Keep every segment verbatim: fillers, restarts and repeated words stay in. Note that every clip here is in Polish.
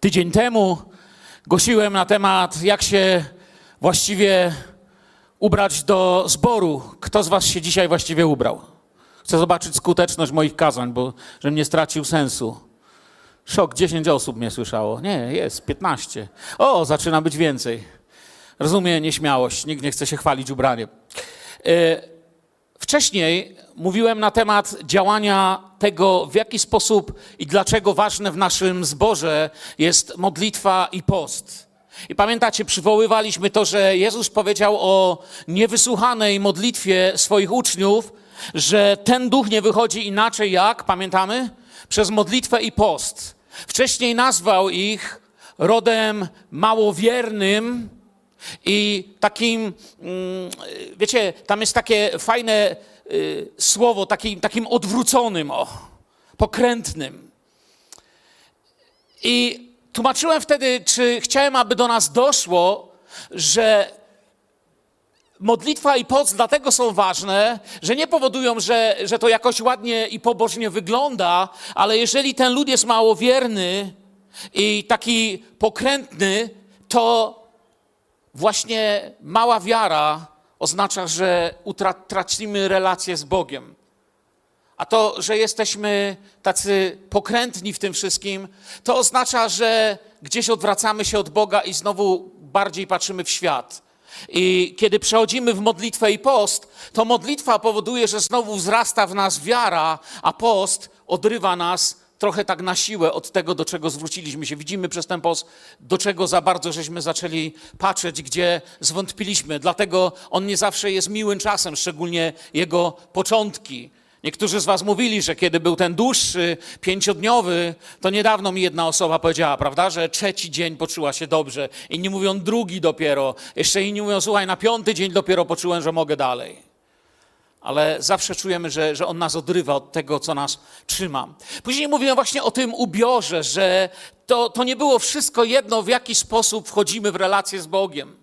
Tydzień temu głosiłem na temat, jak się właściwie ubrać do zboru. Kto z was się dzisiaj właściwie ubrał? Chcę zobaczyć skuteczność moich kazań, bo żebym nie stracił sensu. Szok, dziesięć osób mnie słyszało. Nie, jest piętnaście. O, zaczyna być więcej. Rozumiem nieśmiałość, nikt nie chce się chwalić ubraniem. Wcześniej mówiłem na temat działania tego, w jaki sposób i dlaczego ważne w naszym zborze jest modlitwa i post. I pamiętacie, przywoływaliśmy to, że Jezus powiedział o niewysłuchanej modlitwie swoich uczniów, że ten duch nie wychodzi inaczej jak, pamiętamy? Przez modlitwę i post. Wcześniej nazwał ich rodem małowiernym i takim, wiecie, tam jest takie fajne słowo, takim, takim odwróconym, o, pokrętnym. I tłumaczyłem wtedy, czy chciałem, aby do nas doszło, że modlitwa i post dlatego są ważne, że nie powodują, że, że to jakoś ładnie i pobożnie wygląda, ale jeżeli ten lud jest małowierny i taki pokrętny, to właśnie mała wiara oznacza, że utracimy relację z Bogiem. A to, że jesteśmy tacy pokrętni w tym wszystkim, to oznacza, że gdzieś odwracamy się od Boga i znowu bardziej patrzymy w świat. I kiedy przechodzimy w modlitwę i post, to modlitwa powoduje, że znowu wzrasta w nas wiara, a post odrywa nas trochę tak na siłę od tego, do czego zwróciliśmy się. Widzimy przez ten post, do czego za bardzo żeśmy zaczęli patrzeć, gdzie zwątpiliśmy. Dlatego on nie zawsze jest miłym czasem, szczególnie jego początki. Niektórzy z was mówili, że kiedy był ten dłuższy, pięciodniowy, to niedawno mi jedna osoba powiedziała, prawda, że trzeci dzień poczuła się dobrze. Inni mówią drugi dopiero. Jeszcze inni mówią, słuchaj, na piąty dzień dopiero poczułem, że mogę dalej. Ale zawsze czujemy, że, że on nas odrywa od tego, co nas trzyma. Później mówiłem właśnie o tym ubiorze, że to, to nie było wszystko jedno, w jaki sposób wchodzimy w relację z Bogiem.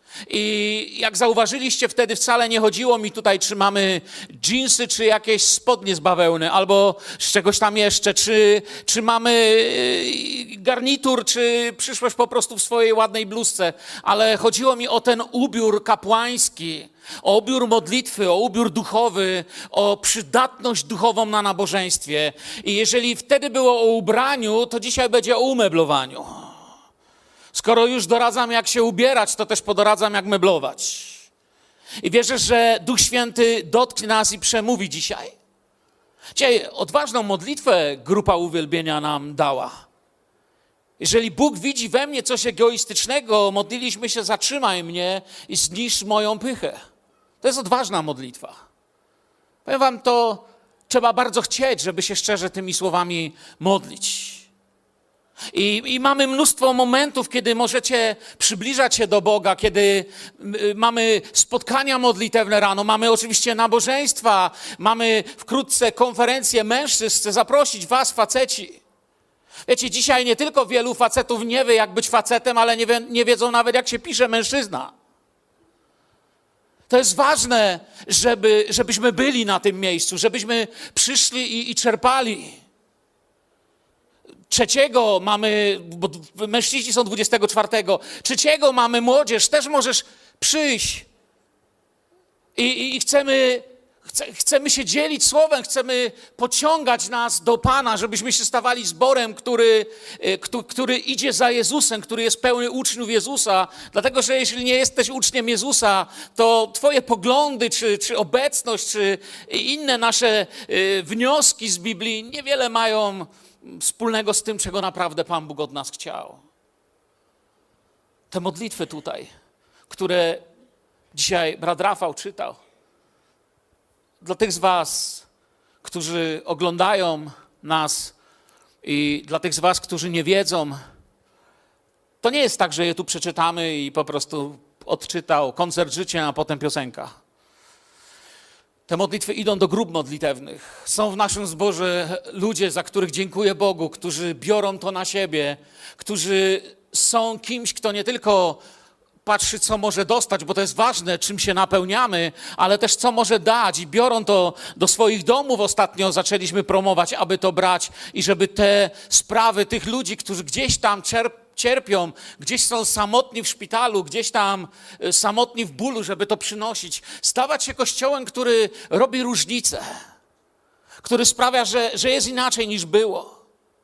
I jak zauważyliście, wtedy wcale nie chodziło mi tutaj, czy mamy dżinsy, czy jakieś spodnie z bawełny, albo z czegoś tam jeszcze, czy, czy mamy garnitur, czy przyszłość po prostu w swojej ładnej bluzce. Ale chodziło mi o ten ubiór kapłański, o ubiór modlitwy, o ubiór duchowy, o przydatność duchową na nabożeństwie. I jeżeli wtedy było o ubraniu, to dzisiaj będzie o umeblowaniu. Skoro już doradzam, jak się ubierać, to też podoradzam, jak meblować. I wierzę, że Duch Święty dotknie nas i przemówi dzisiaj. Dzisiaj odważną modlitwę grupa uwielbienia nam dała. Jeżeli Bóg widzi we mnie coś egoistycznego, modliliśmy się, zatrzymaj mnie i zniszcz moją pychę. To jest odważna modlitwa. Powiem wam, to trzeba bardzo chcieć, żeby się szczerze tymi słowami modlić. I, I mamy mnóstwo momentów, kiedy możecie przybliżać się do Boga, kiedy mamy spotkania modlitewne rano, mamy oczywiście nabożeństwa, mamy wkrótce konferencję mężczyzn. Chcę zaprosić was, faceci. Wiecie, dzisiaj nie tylko wielu facetów nie wie, jak być facetem, ale nie, wie, nie wiedzą nawet, jak się pisze mężczyzna. To jest ważne, żeby, żebyśmy byli na tym miejscu, żebyśmy przyszli i, i czerpali. Trzeciego mamy, bo mężczyźni są dwudziestego czwartego. Trzeciego mamy młodzież, też możesz przyjść. I, i, i chcemy, chce, chcemy się dzielić słowem, chcemy pociągać nas do Pana, żebyśmy się stawali zborem, który, który, który idzie za Jezusem, który jest pełny uczniów Jezusa. Dlatego, że jeśli nie jesteś uczniem Jezusa, to twoje poglądy, czy, czy obecność, czy inne nasze wnioski z Biblii niewiele mają wspólnego z tym, czego naprawdę Pan Bóg od nas chciał. Te modlitwy tutaj, które dzisiaj brat Rafał czytał, dla tych z was, którzy oglądają nas i dla tych z was, którzy nie wiedzą, to nie jest tak, że je tu przeczytamy i po prostu odczytał koncert życia, a potem piosenka. Te modlitwy idą do grup modlitewnych. Są w naszym zborze ludzie, za których dziękuję Bogu, którzy biorą to na siebie, którzy są kimś, kto nie tylko patrzy, co może dostać, bo to jest ważne, czym się napełniamy, ale też co może dać. I biorą to do swoich domów ostatnio, zaczęliśmy promować, aby to brać i żeby te sprawy tych ludzi, którzy gdzieś tam czerpią, cierpią, gdzieś są samotni w szpitalu, gdzieś tam samotni w bólu, żeby to przynosić. Stawać się kościołem, który robi różnicę, który sprawia, że, że jest inaczej niż było.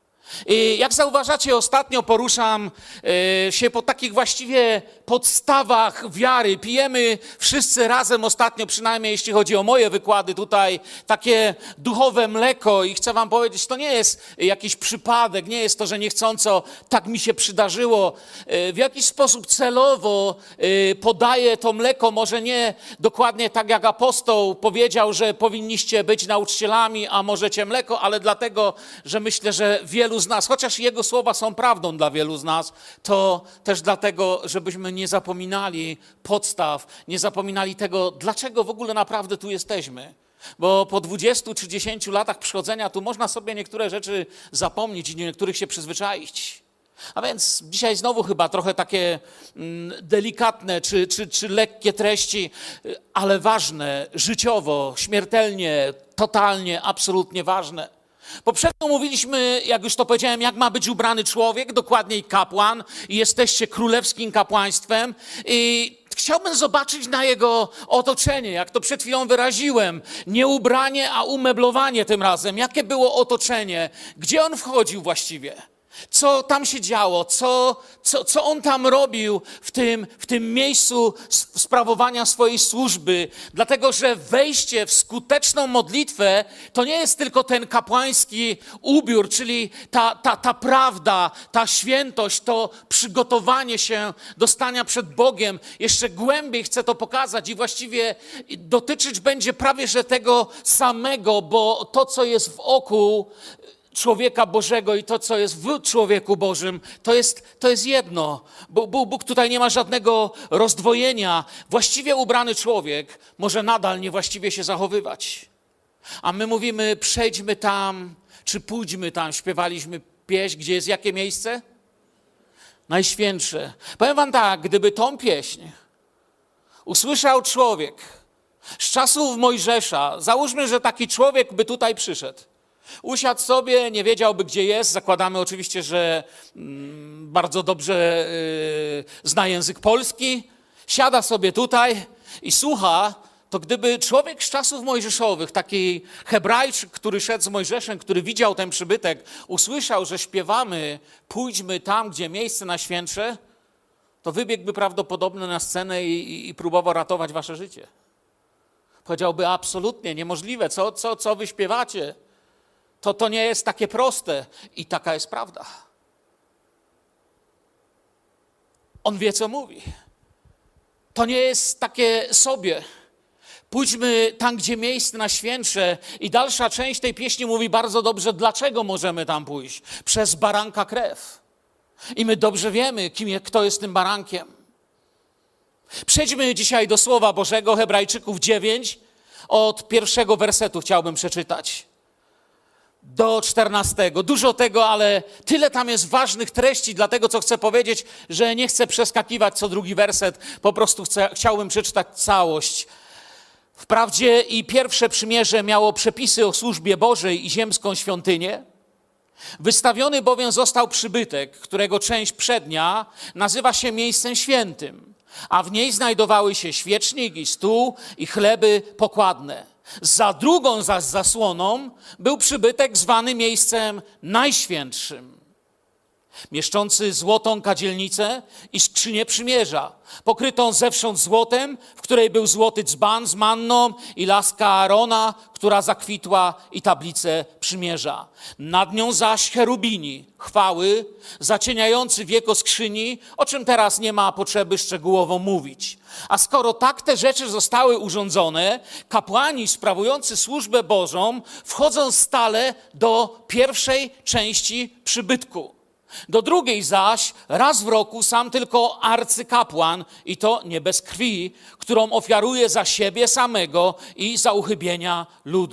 I jak zauważacie, ostatnio poruszam y, się po takich właściwie podstawach wiary. Pijemy wszyscy razem ostatnio, przynajmniej jeśli chodzi o moje wykłady tutaj, takie duchowe mleko i chcę wam powiedzieć, to nie jest jakiś przypadek, nie jest to, że niechcąco tak mi się przydarzyło. Y, w jakiś sposób celowo y, podaję to mleko, może nie dokładnie tak jak apostoł powiedział, że powinniście być nauczycielami, a możecie mleko, ale dlatego, że myślę, że wielu z nas, chociaż jego słowa są prawdą dla wielu z nas, to też dlatego, żebyśmy nie zapominali podstaw, nie zapominali tego, dlaczego w ogóle naprawdę tu jesteśmy. Bo po dwudziestu, trzydziestu latach przychodzenia tu można sobie niektóre rzeczy zapomnieć i niektórych się przyzwyczaić. A więc dzisiaj znowu chyba trochę takie mm, delikatne czy, czy, czy lekkie treści, ale ważne, życiowo, śmiertelnie, totalnie, absolutnie ważne. Poprzednio mówiliśmy, jak już to powiedziałem, jak ma być ubrany człowiek, dokładniej kapłan, i jesteście królewskim kapłaństwem i chciałbym zobaczyć na jego otoczenie, jak to przed chwilą wyraziłem. Nie ubranie, a umeblowanie tym razem. Jakie było otoczenie? Gdzie on wchodził właściwie? Co tam się działo? Co, co, co on tam robił w tym, w tym miejscu sprawowania swojej służby? Dlatego, że wejście w skuteczną modlitwę to nie jest tylko ten kapłański ubiór, czyli ta, ta, ta prawda, ta świętość, to przygotowanie się do stania przed Bogiem. Jeszcze głębiej chcę to pokazać i właściwie dotyczyć będzie prawie że tego samego, bo to, co jest wokół człowieka Bożego i to, co jest w człowieku Bożym, to jest, to jest jedno. Bóg, Bóg tutaj nie ma żadnego rozdwojenia. Właściwie ubrany człowiek może nadal niewłaściwie się zachowywać. A my mówimy, przejdźmy tam, czy pójdźmy tam. Śpiewaliśmy pieśń, gdzie jest jakie miejsce? Najświętsze. Powiem wam tak, gdyby tą pieśń usłyszał człowiek z czasów Mojżesza, załóżmy, że taki człowiek by tutaj przyszedł, usiadł sobie, nie wiedziałby, gdzie jest. Zakładamy oczywiście, że mm, bardzo dobrze yy, zna język polski. Siada sobie tutaj i słucha. To gdyby człowiek z czasów mojżeszowych, taki Hebrajczyk, który szedł z Mojżeszem, który widział ten przybytek, usłyszał, że śpiewamy, pójdźmy tam, gdzie miejsce najświętsze, to wybiegłby prawdopodobnie na scenę i, i, i próbował ratować wasze życie. Powiedziałby, absolutnie niemożliwe, co, co, co wy śpiewacie? To, to nie jest takie proste. I taka jest prawda. On wie, co mówi. To nie jest takie sobie. Pójdźmy tam, gdzie miejsce najświętsze. I dalsza część tej pieśni mówi bardzo dobrze, dlaczego możemy tam pójść. Przez baranka krew. I my dobrze wiemy, kim, kto jest tym barankiem. Przejdźmy dzisiaj do Słowa Bożego, Hebrajczyków dziewięć, od pierwszego wersetu chciałbym przeczytać do czternastego. Dużo tego, ale tyle tam jest ważnych treści dla tego, co chcę powiedzieć, że nie chcę przeskakiwać co drugi werset. Po prostu chcę, chciałbym przeczytać całość. Wprawdzie i pierwsze przymierze miało przepisy o służbie Bożej i ziemską świątynię. Wystawiony bowiem został przybytek, którego część przednia nazywa się miejscem świętym, a w niej znajdowały się świecznik i stół i chleby pokładne. Za drugą zaś zasłoną był przybytek zwany miejscem najświętszym, mieszczący złotą kadzielnicę i skrzynię przymierza, pokrytą zewsząd złotem, w której był złoty dzban z manną i laska Aarona, która zakwitła, i tablicę przymierza. Nad nią zaś cherubini, chwały, zacieniający wieko skrzyni, o czym teraz nie ma potrzeby szczegółowo mówić. A skoro tak te rzeczy zostały urządzone, kapłani sprawujący służbę Bożą wchodzą stale do pierwszej części przybytku. Do drugiej zaś raz w roku sam tylko arcykapłan, i to nie bez krwi, którą ofiaruje za siebie samego i za uchybienia ludu.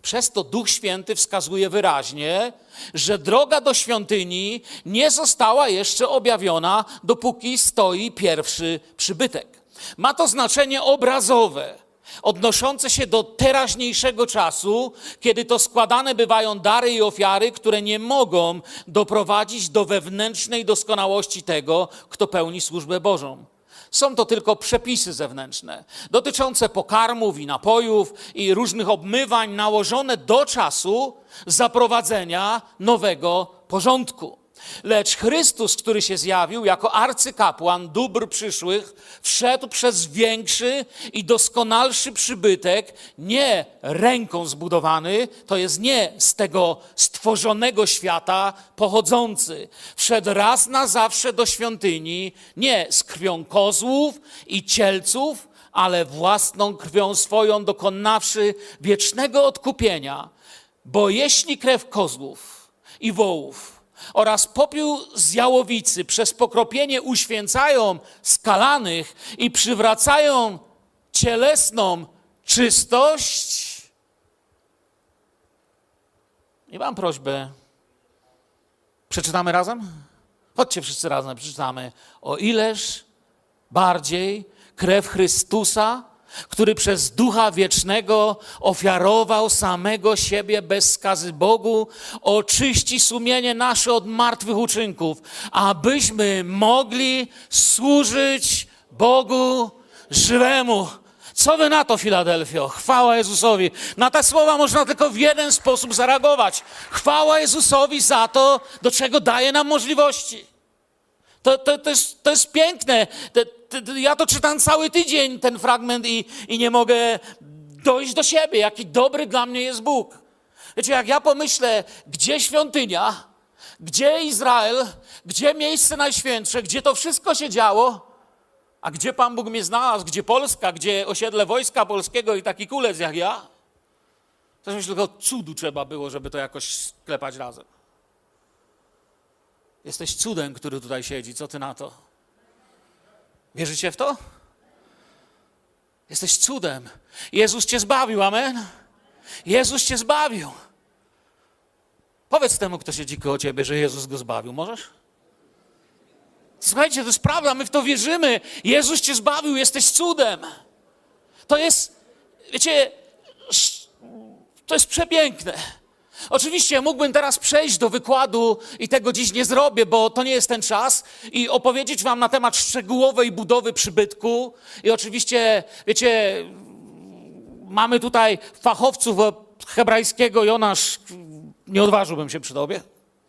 Przez to Duch Święty wskazuje wyraźnie, że droga do świątyni nie została jeszcze objawiona, dopóki stoi pierwszy przybytek. Ma to znaczenie obrazowe, odnoszące się do teraźniejszego czasu, kiedy to składane bywają dary i ofiary, które nie mogą doprowadzić do wewnętrznej doskonałości tego, kto pełni służbę Bożą. Są to tylko przepisy zewnętrzne, dotyczące pokarmów i napojów i różnych obmywań nałożone do czasu zaprowadzenia nowego porządku. Lecz Chrystus, który się zjawił jako arcykapłan dóbr przyszłych, wszedł przez większy i doskonalszy przybytek, nie ręką zbudowany, to jest nie z tego stworzonego świata pochodzący. Wszedł raz na zawsze do świątyni, nie z krwią kozłów i cielców, ale własną krwią swoją, dokonawszy wiecznego odkupienia. Bo jeśli krew kozłów i wołów oraz popiół z jałowicy przez pokropienie uświęcają skalanych i przywracają cielesną czystość. I mam prośbę. Przeczytamy razem? Chodźcie wszyscy razem, przeczytamy. O ileż bardziej krew Chrystusa, który przez Ducha Wiecznego ofiarował samego siebie bez skazy Bogu, oczyści sumienie nasze od martwych uczynków, abyśmy mogli służyć Bogu żywemu. Co wy na to, Filadelfio? Chwała Jezusowi. Na te słowa można tylko w jeden sposób zareagować. Chwała Jezusowi za to, do czego daje nam możliwości. To, to, to, jest, to jest piękne. To, to, ja to czytam cały tydzień, ten fragment i, i nie mogę dojść do siebie, jaki dobry dla mnie jest Bóg. Wiecie, jak ja pomyślę, gdzie świątynia, gdzie Izrael, gdzie miejsce najświętsze, gdzie to wszystko się działo, a gdzie Pan Bóg mnie znalazł, gdzie Polska, gdzie osiedle Wojska Polskiego i taki kulec jak ja, to myślę, tylko cudu trzeba było, żeby to jakoś sklepać razem. Jesteś cudem, który tutaj siedzi. Co ty na to? Wierzycie w to? Jesteś cudem. Jezus cię zbawił, amen? Jezus cię zbawił. Powiedz temu, kto siedzi koło ciebie, że Jezus go zbawił. Możesz? Słuchajcie, to jest prawda, my w to wierzymy. Jezus cię zbawił, jesteś cudem. To jest, wiecie, to jest przepiękne. Oczywiście mógłbym teraz przejść do wykładu i tego dziś nie zrobię, bo to nie jest ten czas i opowiedzieć wam na temat szczegółowej budowy przybytku. I oczywiście, wiecie, mamy tutaj fachowców od hebrajskiego. Jonasz, nie odważyłbym się przy tobie.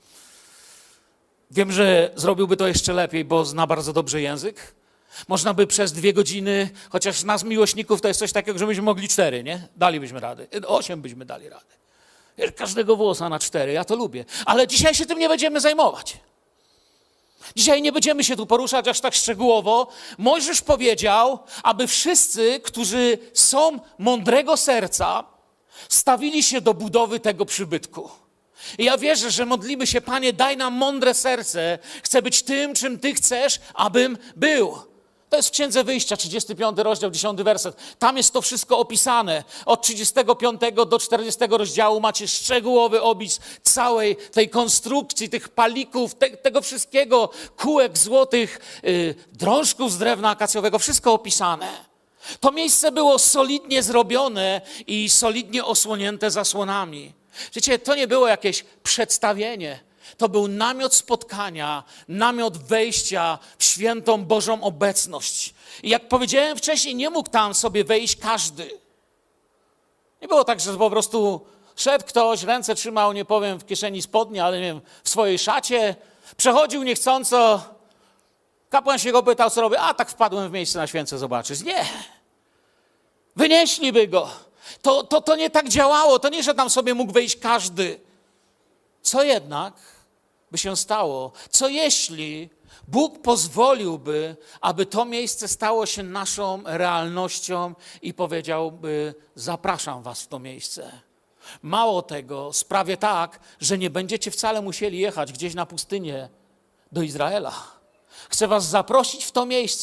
Wiem, że zrobiłby to jeszcze lepiej, bo zna bardzo dobrze język. Można by przez dwie godziny, chociaż nas miłośników to jest coś takiego, że byśmy mogli cztery, nie? Dalibyśmy rady. Osiem byśmy dali rady. Każdego włosa na cztery, ja to lubię. Ale dzisiaj się tym nie będziemy zajmować. Dzisiaj nie będziemy się tu poruszać aż tak szczegółowo. Mojżesz powiedział, aby wszyscy, którzy są mądrego serca, stawili się do budowy tego przybytku. I ja wierzę, że modlimy się, Panie, daj nam mądre serce. Chcę być tym, czym Ty chcesz, abym był. To jest w Księdze Wyjścia, trzydziesty piąty rozdział, dziesiąty werset. Tam jest to wszystko opisane. Od trzydziestego piątego do czterdziestego rozdziału macie szczegółowy opis całej tej konstrukcji, tych palików, te, tego wszystkiego, kółek złotych, yy, drążków z drewna akacjowego, wszystko opisane. To miejsce było solidnie zrobione i solidnie osłonięte zasłonami. Wiecie, to nie było jakieś przedstawienie. To był namiot spotkania, namiot wejścia w świętą Bożą obecność. I jak powiedziałem wcześniej, nie mógł tam sobie wejść każdy. Nie było tak, że po prostu szedł ktoś, ręce trzymał, nie powiem, w kieszeni spodni, ale nie wiem, w swojej szacie, przechodził niechcąco, kapłan się go pytał, co robi, a tak wpadłem w miejsce na święce zobaczyć. Nie. Wynieśliby go. To, to, to nie tak działało, to nie, że tam sobie mógł wejść każdy. Co jednak by się stało? Co jeśli Bóg pozwoliłby, aby to miejsce stało się naszą realnością i powiedziałby, zapraszam was w to miejsce. Mało tego, sprawię tak, że nie będziecie wcale musieli jechać gdzieś na pustynię do Izraela. Chcę was zaprosić w to miejsce.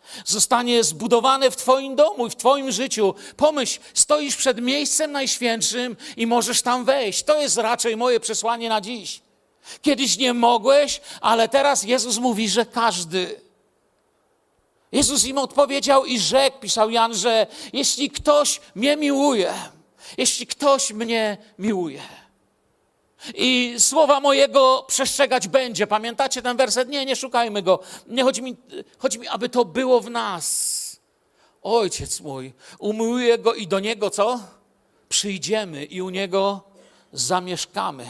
zostanie zbudowane w twoim domu i w twoim życiu. Pomyśl, stoisz przed miejscem najświętszym i możesz tam wejść. To jest raczej moje przesłanie na dziś. Kiedyś nie mogłeś, ale teraz Jezus mówi, że każdy. Jezus im odpowiedział i rzekł, pisał Jan, że jeśli ktoś mnie miłuje, jeśli ktoś mnie miłuje i słowa mojego przestrzegać będzie. Pamiętacie ten werset? Nie, nie szukajmy go. Nie chodzi mi, chodzi mi, aby to było w nas. Ojciec mój, umiłuje go i do niego co? Przyjdziemy i u niego zamieszkamy.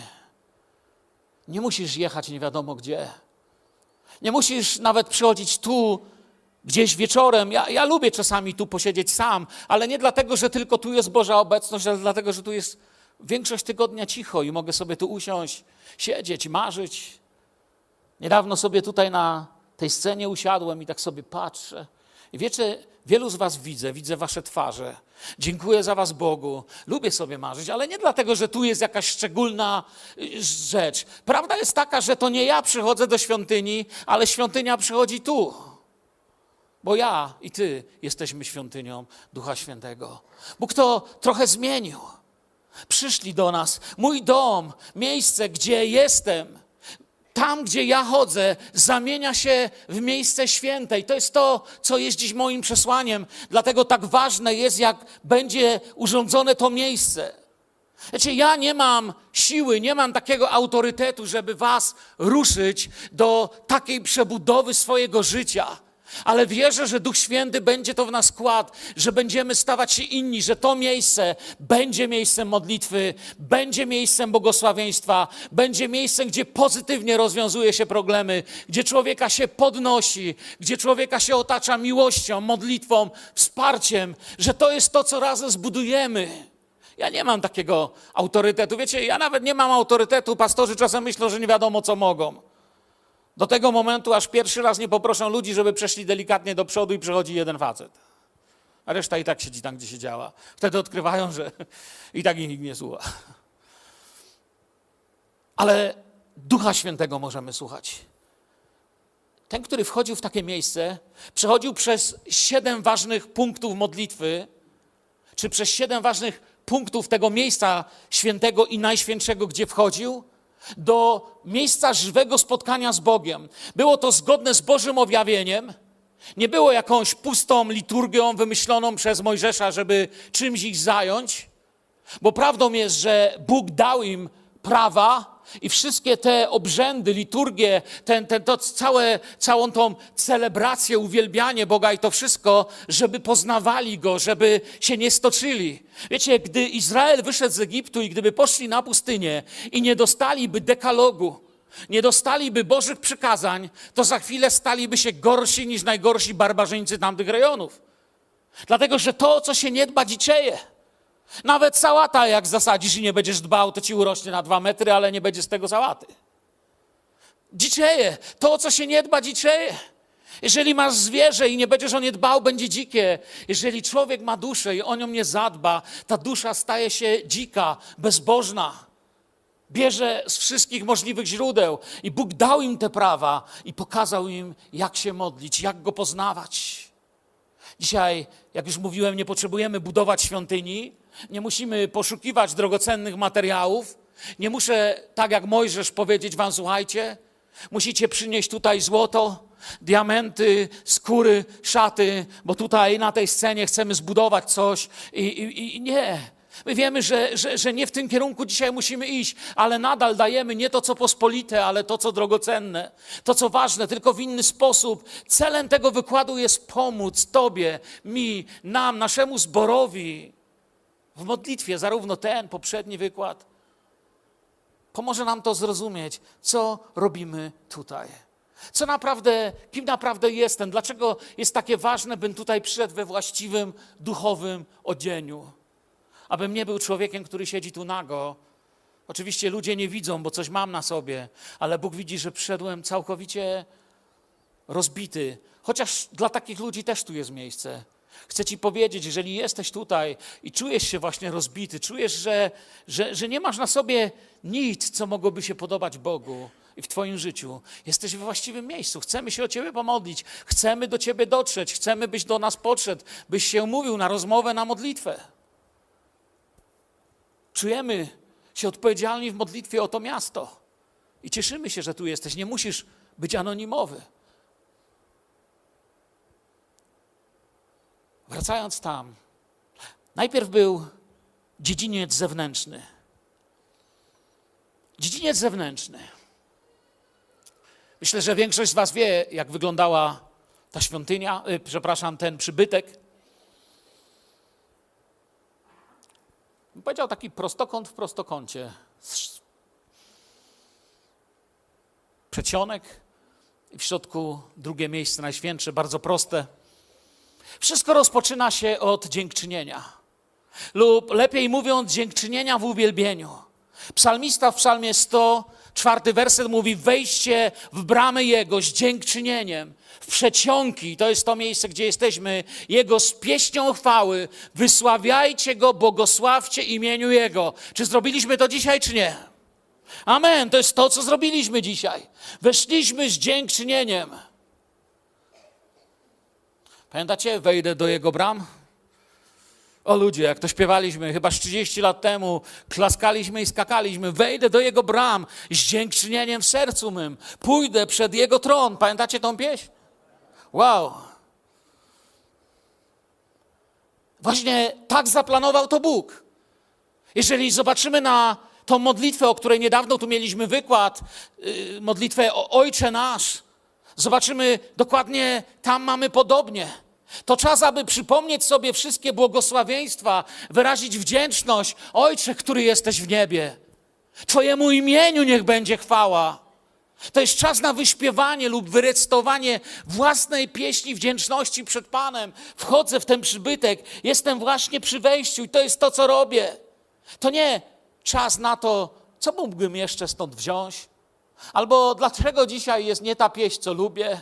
Nie musisz jechać nie wiadomo gdzie. Nie musisz nawet przychodzić tu, gdzieś wieczorem. Ja, ja lubię czasami tu posiedzieć sam, ale nie dlatego, że tylko tu jest Boża obecność, ale dlatego, że tu jest większość tygodnia cicho i mogę sobie tu usiąść, siedzieć, marzyć. Niedawno sobie tutaj na tej scenie usiadłem i tak sobie patrzę. I wiecie, wielu z was widzę, widzę wasze twarze. Dziękuję za was Bogu. Lubię sobie marzyć, ale nie dlatego, że tu jest jakaś szczególna rzecz. Prawda jest taka, że to nie ja przychodzę do świątyni, ale świątynia przychodzi tu. Bo ja i ty jesteśmy świątynią Ducha Świętego. Bóg to trochę zmienił. Przyszli do nas. Mój dom, miejsce, gdzie jestem, tam, gdzie ja chodzę, zamienia się w miejsce święte. I to jest to, co jest dziś moim przesłaniem. Dlatego tak ważne jest, jak będzie urządzone to miejsce. Wiecie, ja nie mam siły, nie mam takiego autorytetu, żeby was ruszyć do takiej przebudowy swojego życia. Ale wierzę, że Duch Święty będzie to w nas kładł, że będziemy stawać się inni, że to miejsce będzie miejscem modlitwy, będzie miejscem błogosławieństwa, będzie miejscem, gdzie pozytywnie rozwiązuje się problemy, gdzie człowieka się podnosi, gdzie człowieka się otacza miłością, modlitwą, wsparciem, że to jest to, co razem zbudujemy. Ja nie mam takiego autorytetu. Wiecie, ja nawet nie mam autorytetu. Pastorzy czasem myślą, że nie wiadomo, co mogą. Do tego momentu, aż pierwszy raz nie poproszą ludzi, żeby przeszli delikatnie do przodu i przychodzi jeden facet. A reszta i tak siedzi tam, gdzie siedziała. Wtedy odkrywają, że i tak ich nikt nie słucha. Ale Ducha Świętego możemy słuchać. Ten, który wchodził w takie miejsce, przechodził przez siedem ważnych punktów modlitwy, czy przez siedem ważnych punktów tego miejsca świętego i najświętszego, gdzie wchodził, do miejsca żywego spotkania z Bogiem. Było to zgodne z Bożym objawieniem. Nie było jakąś pustą liturgią wymyśloną przez Mojżesza, żeby czymś ich zająć. Bo prawdą jest, że Bóg dał im prawa i wszystkie te obrzędy, liturgie, ten, ten, to całe, całą tą celebrację, uwielbianie Boga i to wszystko, żeby poznawali Go, żeby się nie stoczyli. Wiecie, gdy Izrael wyszedł z Egiptu i gdyby poszli na pustynię i nie dostaliby dekalogu, nie dostaliby Bożych przykazań, to za chwilę staliby się gorsi niż najgorsi barbarzyńcy tamtych rejonów. Dlatego, że to, co się nie dba, dziczeje. Nawet sałata, jak zasadzisz i nie będziesz dbał, to ci urośnie na dwa metry, ale nie będzie z tego sałaty. Dziczeje. To, co się nie dba, dziczeje. Jeżeli masz zwierzę i nie będziesz o nie dbał, będzie dzikie. Jeżeli człowiek ma duszę i o nią nie zadba, ta dusza staje się dzika, bezbożna. Bierze z wszystkich możliwych źródeł. I Bóg dał im te prawa i pokazał im, jak się modlić, jak Go poznawać. Dzisiaj, jak już mówiłem, nie potrzebujemy budować świątyni, nie musimy poszukiwać drogocennych materiałów, nie muszę, tak jak Mojżesz, powiedzieć wam, słuchajcie, musicie przynieść tutaj złoto, diamenty, skóry, szaty, bo tutaj na tej scenie chcemy zbudować coś i, i, i nie. My wiemy, że, że, że nie w tym kierunku dzisiaj musimy iść, ale nadal dajemy nie to, co pospolite, ale to, co drogocenne, to, co ważne, tylko w inny sposób. Celem tego wykładu jest pomóc Tobie, mi, nam, naszemu zborowi w modlitwie, zarówno ten, poprzedni wykład. Pomoże nam to zrozumieć, co robimy tutaj. Co naprawdę, kim naprawdę jestem, dlaczego jest takie ważne, bym tutaj przyszedł we właściwym, duchowym odzieniu. Abym nie był człowiekiem, który siedzi tu nago. Oczywiście ludzie nie widzą, bo coś mam na sobie, ale Bóg widzi, że przyszedłem całkowicie rozbity. Chociaż dla takich ludzi też tu jest miejsce. Chcę ci powiedzieć, jeżeli jesteś tutaj i czujesz się właśnie rozbity, czujesz, że, że, że nie masz na sobie nic, co mogłoby się podobać Bogu. i w Twoim życiu. Jesteś we właściwym miejscu. Chcemy się o Ciebie pomodlić. Chcemy do Ciebie dotrzeć. Chcemy, byś do nas podszedł, byś się umówił na rozmowę, na modlitwę. Czujemy się odpowiedzialni w modlitwie o to miasto. I cieszymy się, że tu jesteś. Nie musisz być anonimowy. Wracając tam, najpierw był dziedziniec zewnętrzny. Dziedziniec zewnętrzny. Myślę, że większość z was wie, jak wyglądała ta świątynia, yy, przepraszam, ten przybytek. Powiedział taki prostokąt w prostokącie. Przedsionek i w środku drugie miejsce najświętsze, bardzo proste. Wszystko rozpoczyna się od dziękczynienia. Lub lepiej mówiąc, dziękczynienia w uwielbieniu. Psalmista w psalmie sto, czwarty werset mówi: wejście w bramy Jego z dziękczynieniem, w przedsionki, to jest to miejsce, gdzie jesteśmy, Jego z pieśnią chwały, wysławiajcie Go, błogosławcie imieniu Jego. Czy zrobiliśmy to dzisiaj, czy nie? Amen, to jest to, co zrobiliśmy dzisiaj. Weszliśmy z dziękczynieniem. Pamiętacie, wejdę do Jego bram? O ludzie, jak to śpiewaliśmy chyba z trzydzieści lat temu, klaskaliśmy i skakaliśmy. Wejdę do Jego bram z dziękczynieniem w sercu mym. Pójdę przed Jego tron. Pamiętacie tą pieśń? Wow. Właśnie tak zaplanował to Bóg. Jeżeli zobaczymy na tą modlitwę, o której niedawno tu mieliśmy wykład, yy, modlitwę o Ojcze Nasz, zobaczymy dokładnie, tam mamy podobnie. To czas, aby przypomnieć sobie wszystkie błogosławieństwa, wyrazić wdzięczność. Ojcze, który jesteś w niebie, Twojemu imieniu niech będzie chwała. To jest czas na wyśpiewanie lub wyrecytowanie własnej pieśni wdzięczności przed Panem. Wchodzę w ten przybytek, jestem właśnie przy wejściu i to jest to, co robię. To nie czas na to, co mógłbym jeszcze stąd wziąć, albo dlaczego dzisiaj jest nie ta pieśń, co lubię.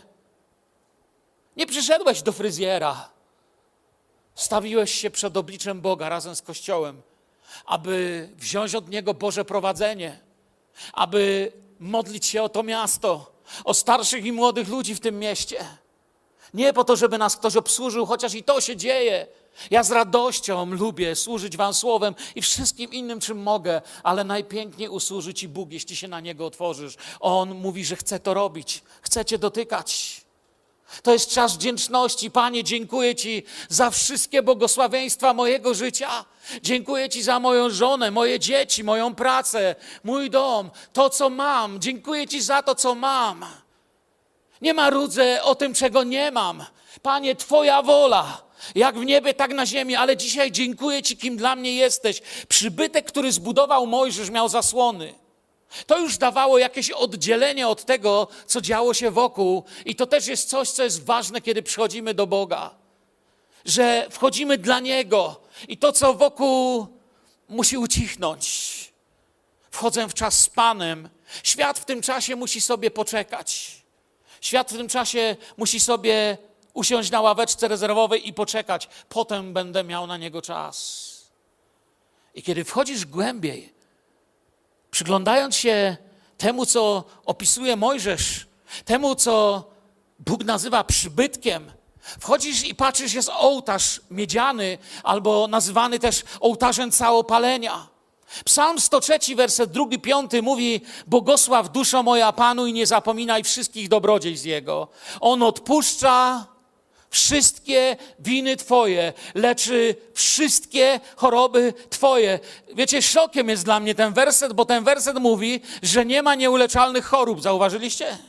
Nie przyszedłeś do fryzjera. Stawiłeś się przed obliczem Boga razem z Kościołem, aby wziąć od Niego Boże prowadzenie, aby modlić się o to miasto, o starszych i młodych ludzi w tym mieście. Nie po to, żeby nas ktoś obsłużył, chociaż i to się dzieje. Ja z radością lubię służyć wam słowem i wszystkim innym, czym mogę, ale najpiękniej usłuży ci Bóg, jeśli się na Niego otworzysz. On mówi, że chce to robić, chce cię dotykać. To jest czas wdzięczności. Panie, dziękuję Ci za wszystkie błogosławieństwa mojego życia. Dziękuję Ci za moją żonę, moje dzieci, moją pracę, mój dom, to, co mam. Dziękuję Ci za to, co mam. Nie marudzę o tym, czego nie mam. Panie, Twoja wola, jak w niebie, tak na ziemi, ale dzisiaj dziękuję Ci, kim dla mnie jesteś. Przybytek, który zbudował Mojżesz, miał zasłony. To już dawało jakieś oddzielenie od tego, co działo się wokół. I to też jest coś, co jest ważne, kiedy przychodzimy do Boga. Że wchodzimy dla Niego i to, co wokół, musi ucichnąć. Wchodzę w czas z Panem. Świat w tym czasie musi sobie poczekać. Świat w tym czasie musi sobie usiąść na ławeczce rezerwowej i poczekać. Potem będę miał na Niego czas. I kiedy wchodzisz głębiej, przyglądając się temu, co opisuje Mojżesz, temu, co Bóg nazywa przybytkiem, wchodzisz i patrzysz, jest ołtarz miedziany, albo nazywany też ołtarzem całopalenia. Psalm sto trzy, werset drugi, piąty mówi: błogosław duszo moja Panu i nie zapominaj wszystkich dobrodziejstw Jego. On odpuszcza wszystkie winy Twoje, leczy wszystkie choroby Twoje. Wiecie, szokiem jest dla mnie ten werset, bo ten werset mówi, że nie ma nieuleczalnych chorób. Zauważyliście?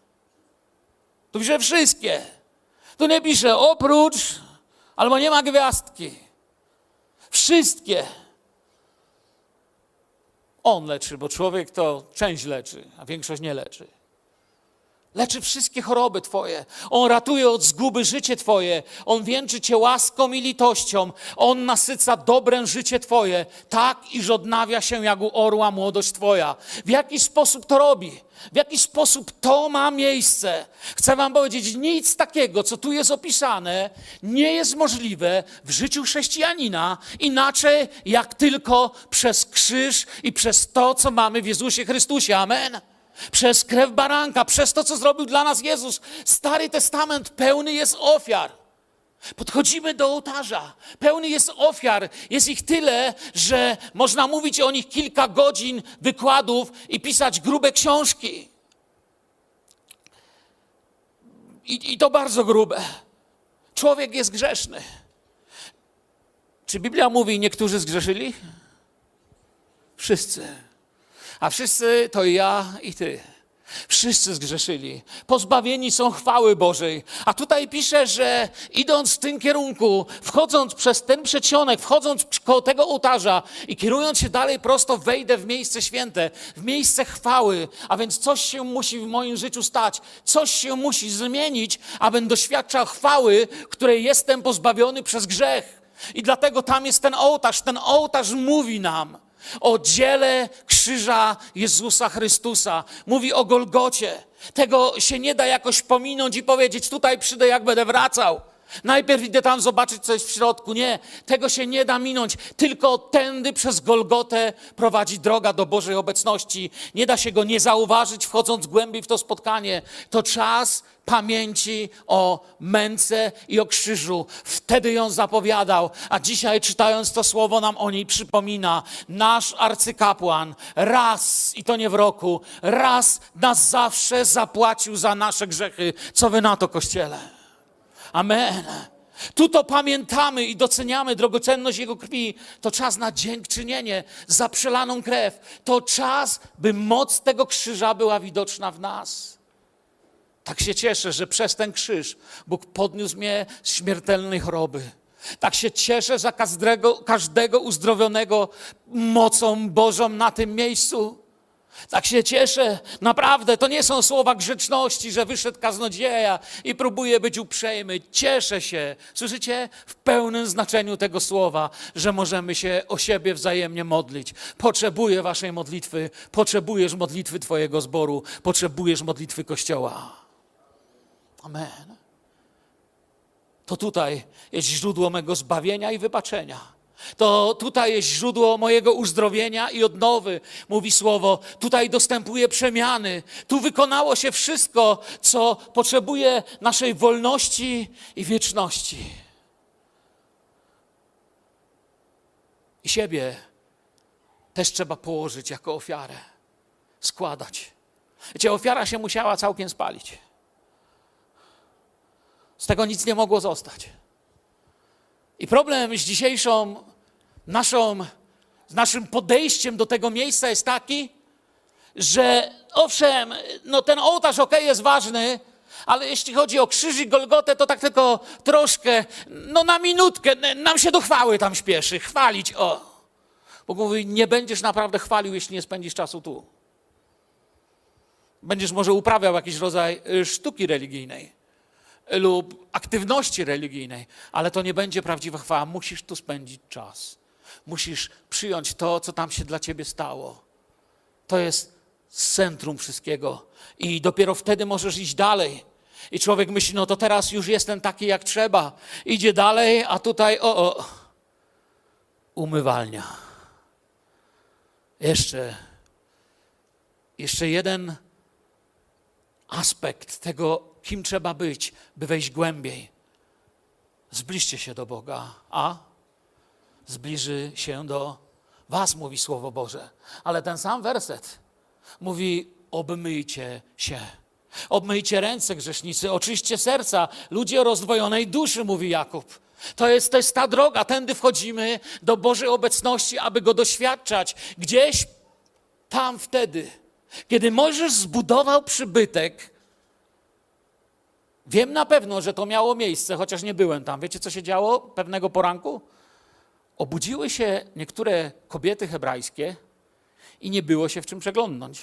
Tu pisze wszystkie. Tu nie pisze oprócz, albo nie ma gwiazdki. Wszystkie. On leczy, bo człowiek to część leczy, a większość nie leczy. Leczy wszystkie choroby Twoje. On ratuje od zguby życie Twoje. On wieńczy Cię łaską i litością. On nasyca dobrem życie Twoje, tak iż odnawia się jak u orła młodość Twoja. W jaki sposób to robi? W jaki sposób to ma miejsce? Chcę wam powiedzieć, nic takiego, co tu jest opisane, nie jest możliwe w życiu chrześcijanina inaczej jak tylko przez krzyż i przez to, co mamy w Jezusie Chrystusie. Amen. Przez krew baranka, przez to, co zrobił dla nas Jezus. Stary Testament pełny jest ofiar. Podchodzimy do ołtarza. Pełny jest ofiar. Jest ich tyle, że można mówić o nich kilka godzin wykładów i pisać grube książki. I, i to bardzo grube. Człowiek jest grzeszny. Czy Biblia mówi, niektórzy zgrzeszyli? Wszyscy. A wszyscy to ja i ty. Wszyscy zgrzeszyli. Pozbawieni są chwały Bożej. A tutaj pisze, że idąc w tym kierunku, wchodząc przez ten przedsionek, wchodząc koło tego ołtarza i kierując się dalej prosto, wejdę w miejsce święte, w miejsce chwały. A więc coś się musi w moim życiu stać. Coś się musi zmienić, abym doświadczał chwały, której jestem pozbawiony przez grzech. I dlatego tam jest ten ołtarz. Ten ołtarz mówi nam o dziele krzyża Jezusa Chrystusa. Mówi o Golgocie. Tego się nie da jakoś pominąć i powiedzieć, tutaj przyjdę, jak będę wracał. Najpierw idę tam zobaczyć, co jest w środku. Nie, tego się nie da minąć. Tylko tędy przez Golgotę prowadzi droga do Bożej obecności. Nie da się go nie zauważyć, wchodząc głębiej w to spotkanie. To czas pamięci o męce i o krzyżu. Wtedy ją zapowiadał, a dzisiaj czytając to słowo nam o niej przypomina. Nasz arcykapłan raz, i to nie w roku, raz na zawsze zapłacił za nasze grzechy. Co wy na to, Kościele? Amen. Tu to pamiętamy i doceniamy drogocenność Jego krwi. To czas na dziękczynienie za przelaną krew. To czas, by moc tego krzyża była widoczna w nas. Tak się cieszę, że przez ten krzyż Bóg podniósł mnie z śmiertelnej choroby. Tak się cieszę za każdego, każdego uzdrowionego mocą Bożą na tym miejscu. Tak się cieszę, naprawdę, to nie są słowa grzeczności, że wyszedł kaznodzieja i próbuje być uprzejmy. Cieszę się, słyszycie, w pełnym znaczeniu tego słowa, że możemy się o siebie wzajemnie modlić. Potrzebuję waszej modlitwy, potrzebujesz modlitwy twojego zboru, potrzebujesz modlitwy Kościoła. Amen. To tutaj jest źródło mego zbawienia i wybaczenia. To tutaj jest źródło mojego uzdrowienia i odnowy, mówi słowo. Tutaj dostępuje przemiany. Tu wykonało się wszystko, co potrzebuje naszej wolności i wieczności. I siebie też trzeba położyć jako ofiarę. Składać. Wiecie, ofiara się musiała całkiem spalić. Z tego nic nie mogło zostać. I problem z dzisiejszą naszą, z naszym podejściem do tego miejsca jest taki, że owszem, no ten ołtarz okej, okay, jest ważny, ale jeśli chodzi o krzyż i Golgotę, to tak tylko troszkę, no na minutkę, nam się do chwały tam śpieszy, chwalić, o. Bóg mówi, nie będziesz naprawdę chwalił, jeśli nie spędzisz czasu tu. Będziesz może uprawiał jakiś rodzaj sztuki religijnej lub aktywności religijnej, ale to nie będzie prawdziwa chwała. Musisz tu spędzić czas. Musisz przyjąć to, co tam się dla ciebie stało. To jest centrum wszystkiego. I dopiero wtedy możesz iść dalej. I człowiek myśli, no to teraz już jestem taki, jak trzeba. Idzie dalej, a tutaj, o, o, umywalnia. Jeszcze, jeszcze jeden aspekt tego, kim trzeba być, by wejść głębiej. Zbliżcie się do Boga, a zbliży się do was, mówi Słowo Boże. Ale ten sam werset mówi, obmyjcie się. Obmyjcie ręce, grzesznicy, oczyście serca, ludzie o rozdwojonej duszy, mówi Jakub. To jest, to jest ta droga, tędy wchodzimy do Bożej obecności, aby Go doświadczać. Gdzieś tam wtedy, kiedy Mojżesz zbudował przybytek, wiem na pewno, że to miało miejsce, chociaż nie byłem tam. Wiecie, co się działo pewnego poranku? Obudziły się niektóre kobiety hebrajskie i nie było się w czym przeglądnąć.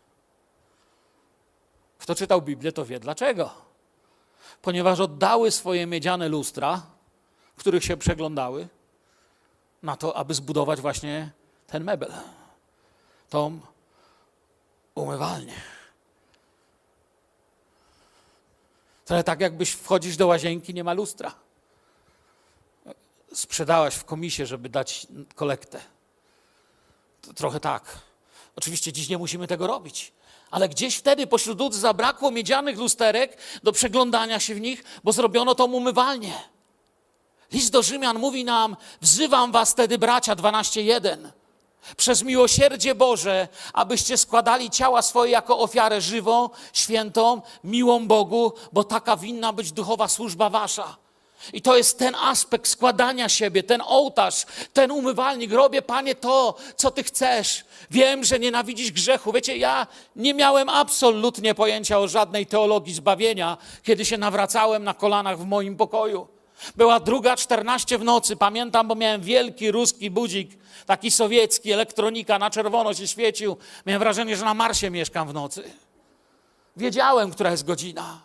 Kto czytał Biblię, to wie dlaczego. Ponieważ oddały swoje miedziane lustra, w których się przeglądały, na to, aby zbudować właśnie ten mebel, tą umywalnię. Trochę tak, jakbyś wchodzisz do łazienki, nie ma lustra. Sprzedałaś w komisie, żeby dać kolektę. To trochę tak. Oczywiście dziś nie musimy tego robić. Ale gdzieś wtedy pośród ludzi zabrakło miedzianych lusterek do przeglądania się w nich, bo zrobiono tą umywalnię. List do Rzymian mówi nam, wzywam was wtedy, bracia, dwanaście jeden, przez miłosierdzie Boże, abyście składali ciała swoje jako ofiarę żywą, świętą, miłą Bogu, bo taka winna być duchowa służba wasza. I to jest ten aspekt składania siebie, ten ołtarz, ten umywalnik. Robię, Panie, to, co Ty chcesz. Wiem, że nienawidzisz grzechu. Wiecie, ja nie miałem absolutnie pojęcia o żadnej teologii zbawienia, kiedy się nawracałem na kolanach w moim pokoju. Była druga czternaście w nocy, pamiętam, bo miałem wielki ruski budzik, taki sowiecki, elektronika, na czerwono się świecił. Miałem wrażenie, że na Marsie mieszkam w nocy. Wiedziałem, która jest godzina.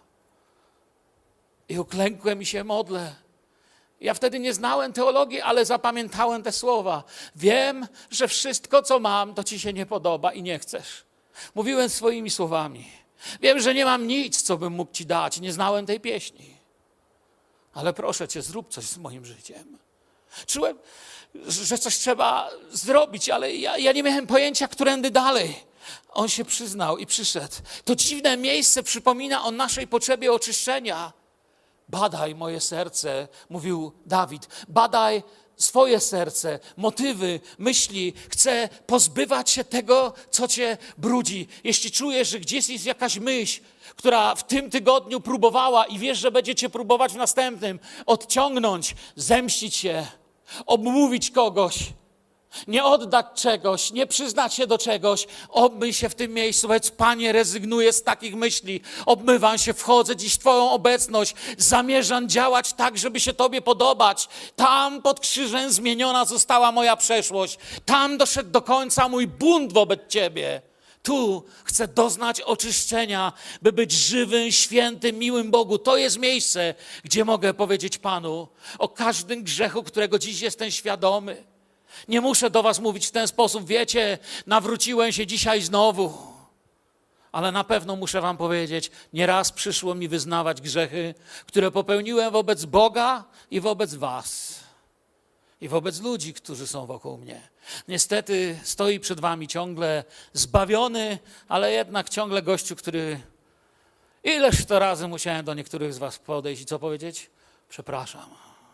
I uklękłem i się modlę. Ja wtedy nie znałem teologii, ale zapamiętałem te słowa. Wiem, że wszystko, co mam, to Ci się nie podoba i nie chcesz. Mówiłem swoimi słowami. Wiem, że nie mam nic, co bym mógł Ci dać. Nie znałem tej pieśni. Ale proszę Cię, zrób coś z moim życiem. Czułem, że coś trzeba zrobić, ale ja, ja nie miałem pojęcia, którędy dalej. On się przyznał i przyszedł. To dziwne miejsce przypomina o naszej potrzebie oczyszczenia. Badaj moje serce, mówił Dawid, badaj swoje serce, motywy, myśli. Chcę pozbywać się tego, co cię brudzi. Jeśli czujesz, że gdzieś jest jakaś myśl, która w tym tygodniu próbowała i wiesz, że będzie cię próbować w następnym, odciągnąć, zemścić się, obmówić kogoś, nie oddać czegoś, nie przyznać się do czegoś, obmyj się w tym miejscu, powiedz, Panie, rezygnuję z takich myśli, obmywam się, wchodzę dziś w Twoją obecność, zamierzam działać tak, żeby się Tobie podobać. Tam pod krzyżem zmieniona została moja przeszłość, tam doszedł do końca mój bunt wobec Ciebie. Tu chcę doznać oczyszczenia, by być żywym, świętym, miłym Bogu. To jest miejsce, gdzie mogę powiedzieć Panu o każdym grzechu, którego dziś jestem świadomy. Nie muszę do was mówić w ten sposób, wiecie, nawróciłem się dzisiaj znowu. Ale na pewno muszę wam powiedzieć, nieraz przyszło mi wyznawać grzechy, które popełniłem wobec Boga i wobec was. I wobec ludzi, którzy są wokół mnie. Niestety stoi przed wami ciągle zbawiony, ale jednak ciągle gościu, który... Ileż to razy musiałem do niektórych z was podejść i co powiedzieć? Przepraszam.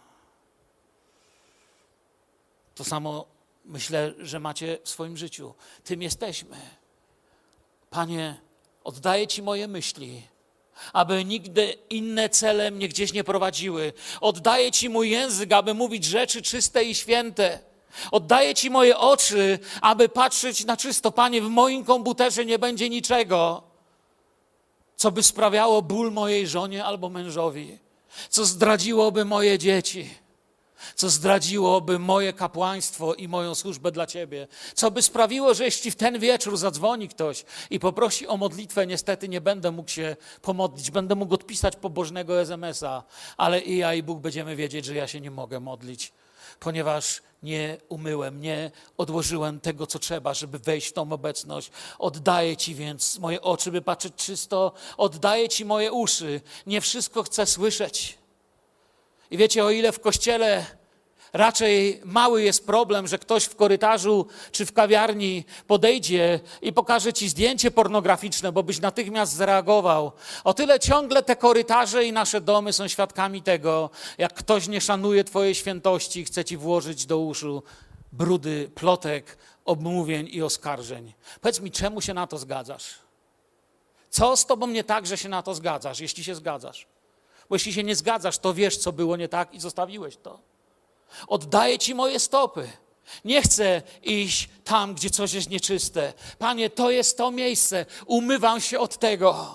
To samo myślę, że macie w swoim życiu. Tym jesteśmy. Panie, oddaję Ci moje myśli, aby nigdy inne cele mnie gdzieś nie prowadziły. Oddaję Ci mój język, aby mówić rzeczy czyste i święte. Oddaję Ci moje oczy, aby patrzeć na czysto. Panie, w moim komputerze nie będzie niczego, co by sprawiało ból mojej żonie albo mężowi, co zdradziłoby moje dzieci, co zdradziłoby moje kapłaństwo i moją służbę dla Ciebie, co by sprawiło, że jeśli w ten wieczór zadzwoni ktoś i poprosi o modlitwę, niestety nie będę mógł się pomodlić, będę mógł odpisać pobożnego es em es a, ale i ja, i Bóg będziemy wiedzieć, że ja się nie mogę modlić, ponieważ nie umyłem, nie odłożyłem tego, co trzeba, żeby wejść w tą obecność. Oddaję Ci więc moje oczy, by patrzeć czysto, oddaję Ci moje uszy, nie wszystko chcę słyszeć. I wiecie, o ile w kościele raczej mały jest problem, że ktoś w korytarzu czy w kawiarni podejdzie i pokaże ci zdjęcie pornograficzne, bo byś natychmiast zareagował, o tyle ciągle te korytarze i nasze domy są świadkami tego, jak ktoś nie szanuje Twojej świętości i chce ci włożyć do uszu brudy, plotek, obmówień i oskarżeń. Powiedz mi, czemu się na to zgadzasz? Co z Tobą nie tak, że się na to zgadzasz, jeśli się zgadzasz? Bo jeśli się nie zgadzasz, to wiesz, co było nie tak i zostawiłeś to. Oddaję Ci moje stopy. Nie chcę iść tam, gdzie coś jest nieczyste. Panie, to jest to miejsce. Umywam się od tego.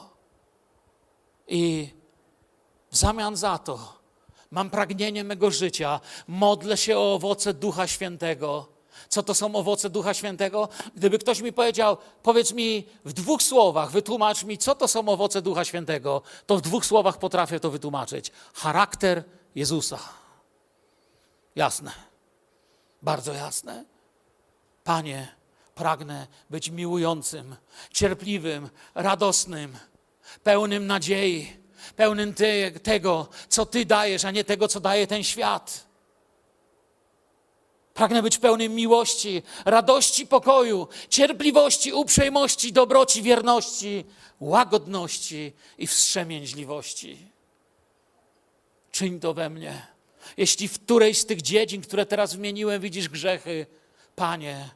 I w zamian za to mam pragnienie mego życia. Modlę się o owoce Ducha Świętego. Co to są owoce Ducha Świętego? Gdyby ktoś mi powiedział, powiedz mi w dwóch słowach, wytłumacz mi, co to są owoce Ducha Świętego, to w dwóch słowach potrafię to wytłumaczyć. Charakter Jezusa. Jasne. Bardzo jasne. Panie, pragnę być miłującym, cierpliwym, radosnym, pełnym nadziei, pełnym ty, tego, co Ty dajesz, a nie tego, co daje ten świat. Pragnę być pełnym miłości, radości, pokoju, cierpliwości, uprzejmości, dobroci, wierności, łagodności i wstrzemięźliwości. Czyń to we mnie. Jeśli w którejś z tych dziedzin, które teraz wymieniłem, widzisz grzechy, Panie,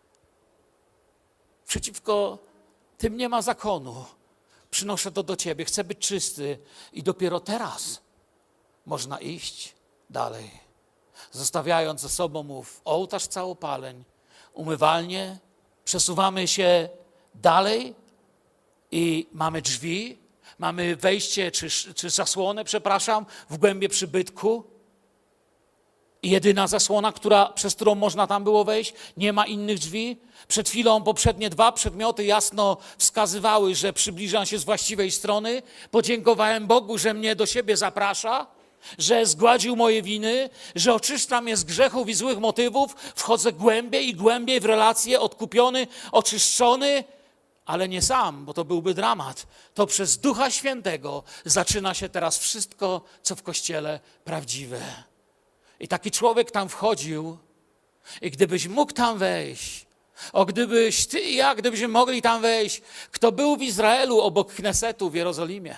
przeciwko tym nie ma zakonu. Przynoszę to do Ciebie. Chcę być czysty i dopiero teraz można iść dalej. Zostawiając za sobą mów ołtarz całopaleń, umywalnię, przesuwamy się dalej i mamy drzwi, mamy wejście czy, czy zasłonę, przepraszam, w głębie przybytku. I jedyna zasłona, która, przez którą można tam było wejść, nie ma innych drzwi. Przed chwilą poprzednie dwa przedmioty jasno wskazywały, że przybliżam się z właściwej strony. Podziękowałem Bogu, że mnie do siebie zaprasza, że zgładził moje winy, że oczyszcza mnie z grzechów i złych motywów. Wchodzę głębiej i głębiej w relacje, odkupiony, oczyszczony, ale nie sam, bo to byłby dramat. To przez Ducha Świętego zaczyna się teraz wszystko, co w Kościele prawdziwe. I taki człowiek tam wchodził i gdybyś mógł tam wejść, o gdybyś ty i ja, gdybyśmy mogli tam wejść, kto był w Izraelu obok Knesetu w Jerozolimie,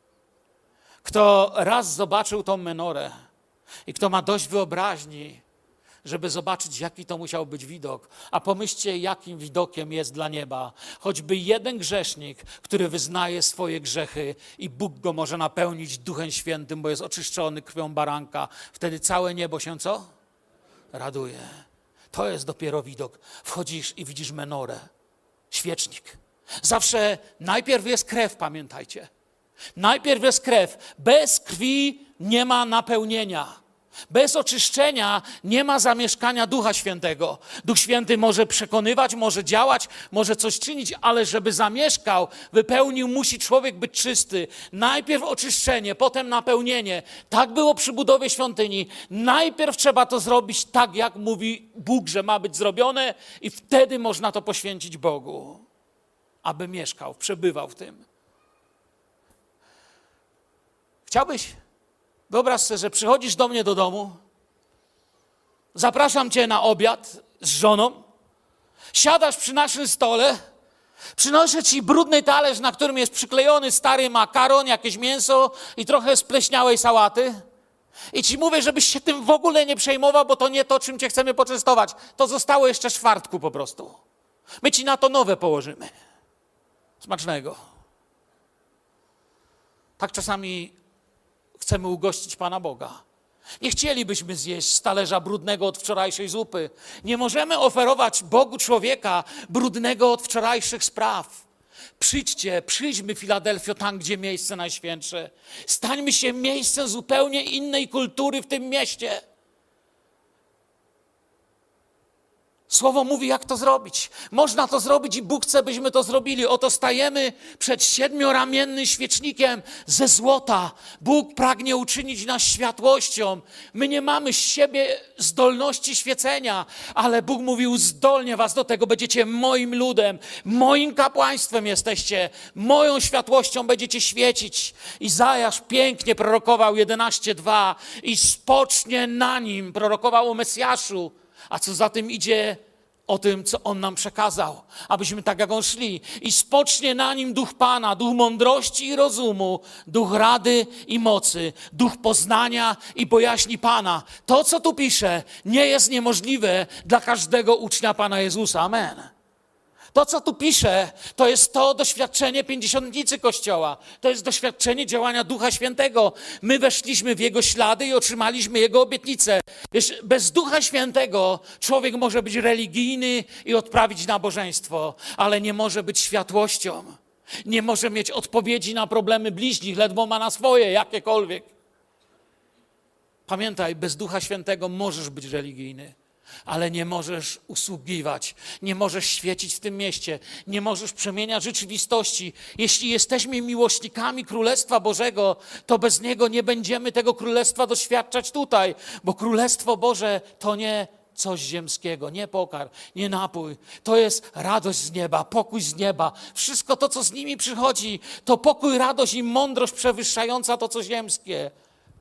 kto raz zobaczył tą menorę i kto ma dość wyobraźni, żeby zobaczyć, jaki to musiał być widok. A pomyślcie, jakim widokiem jest dla nieba. Choćby jeden grzesznik, który wyznaje swoje grzechy i Bóg go może napełnić Duchem Świętym, bo jest oczyszczony krwią baranka. Wtedy całe niebo się co? Raduje. To jest dopiero widok. Wchodzisz i widzisz menorę. Świecznik. Zawsze najpierw jest krew, pamiętajcie. Najpierw jest krew. Bez krwi nie ma napełnienia. Bez oczyszczenia nie ma zamieszkania Ducha Świętego. Duch Święty może przekonywać, może działać, może coś czynić, ale żeby zamieszkał, wypełnił, musi człowiek być czysty. Najpierw oczyszczenie, potem napełnienie. Tak było przy budowie świątyni. Najpierw trzeba to zrobić tak, jak mówi Bóg, że ma być zrobione i wtedy można to poświęcić Bogu, aby mieszkał, przebywał w tym. Chciałbyś? Wyobraź sobie, że przychodzisz do mnie do domu, zapraszam cię na obiad z żoną, siadasz przy naszym stole, przynoszę ci brudny talerz, na którym jest przyklejony stary makaron, jakieś mięso i trochę spleśniałej sałaty i ci mówię, żebyś się tym w ogóle nie przejmował, bo to nie to, czym cię chcemy poczęstować. To zostało jeszcze z czwartku po prostu. My ci na to nowe położymy. Smacznego. Tak czasami chcemy ugościć Pana Boga. Nie chcielibyśmy zjeść z talerza brudnego od wczorajszej zupy. Nie możemy oferować Bogu człowieka brudnego od wczorajszych spraw. Przyjdźcie, przyjdźmy, Filadelfio, tam, gdzie miejsce najświętsze. Stańmy się miejscem zupełnie innej kultury w tym mieście. Słowo mówi, jak to zrobić. Można to zrobić i Bóg chce, byśmy to zrobili. Oto stajemy przed siedmioramiennym świecznikiem ze złota. Bóg pragnie uczynić nas światłością. My nie mamy z siebie zdolności świecenia, ale Bóg mówi, uzdolnię was do tego. Będziecie moim ludem, moim kapłaństwem jesteście, moją światłością będziecie świecić. Izajasz pięknie prorokował jedenaście dwa i spocznie na nim, prorokował o Mesjaszu. A co za tym idzie, o tym, co On nam przekazał, abyśmy tak jak On szli. I spocznie na nim duch Pana, duch mądrości i rozumu, duch rady i mocy, duch poznania i bojaźni Pana. To, co tu pisze, nie jest niemożliwe dla każdego ucznia Pana Jezusa. Amen. To, co tu pisze, to jest to doświadczenie pięćdziesiątnicy Kościoła. To jest doświadczenie działania Ducha Świętego. My weszliśmy w Jego ślady i otrzymaliśmy Jego obietnicę. Wiesz, bez Ducha Świętego człowiek może być religijny i odprawić nabożeństwo, ale nie może być światłością. Nie może mieć odpowiedzi na problemy bliźnich, ledwo ma na swoje, jakiekolwiek. Pamiętaj, bez Ducha Świętego możesz być religijny, ale nie możesz usługiwać, nie możesz świecić w tym mieście, nie możesz przemieniać rzeczywistości. Jeśli jesteśmy miłośnikami Królestwa Bożego, to bez Niego nie będziemy tego Królestwa doświadczać tutaj, bo Królestwo Boże to nie coś ziemskiego, nie pokarm, nie napój. To jest radość z nieba, pokój z nieba. Wszystko to, co z nimi przychodzi, to pokój, radość i mądrość przewyższająca to, co ziemskie.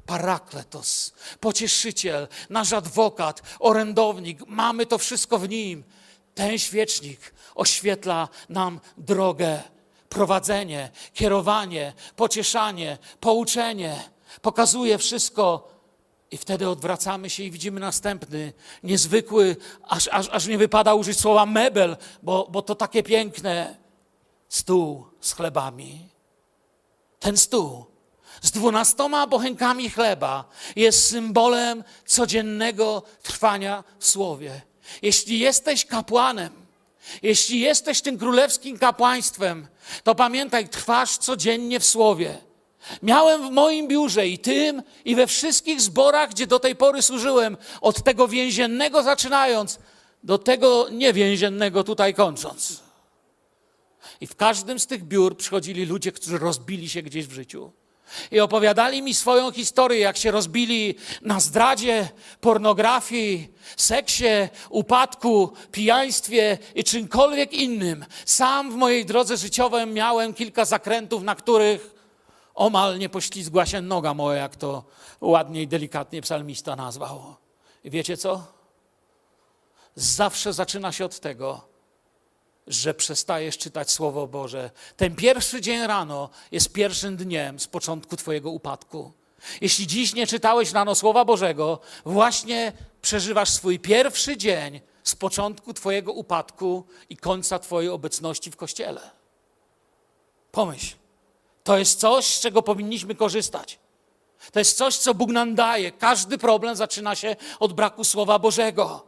Parakletos, pocieszyciel, nasz adwokat, orędownik. Mamy to wszystko w Nim. Ten świecznik oświetla nam drogę, prowadzenie, kierowanie, pocieszanie, pouczenie. Pokazuje wszystko i wtedy odwracamy się i widzimy następny, niezwykły, aż, aż, aż nie wypada użyć słowa mebel, bo, bo to takie piękne. Stół z chlebami. Ten stół z dwunastoma bochenkami chleba jest symbolem codziennego trwania w Słowie. Jeśli jesteś kapłanem, jeśli jesteś tym królewskim kapłaństwem, to pamiętaj, trwasz codziennie w Słowie. Miałem w moim biurze i tym, i we wszystkich zborach, gdzie do tej pory służyłem, od tego więziennego zaczynając, do tego niewięziennego tutaj kończąc. I w każdym z tych biur przychodzili ludzie, którzy rozbili się gdzieś w życiu. I opowiadali mi swoją historię, jak się rozbili na zdradzie, pornografii, seksie, upadku, pijaństwie i czymkolwiek innym. Sam w mojej drodze życiowej miałem kilka zakrętów, na których omal nie poślizgła się noga moja, jak to ładnie i delikatnie psalmista nazwał. I wiecie co? Zawsze zaczyna się od tego, że przestajesz czytać Słowo Boże. Ten pierwszy dzień rano jest pierwszym dniem z początku twojego upadku. Jeśli dziś nie czytałeś rano Słowa Bożego, właśnie przeżywasz swój pierwszy dzień z początku twojego upadku i końca twojej obecności w Kościele. Pomyśl, to jest coś, z czego powinniśmy korzystać. To jest coś, co Bóg nam daje. Każdy problem zaczyna się od braku Słowa Bożego.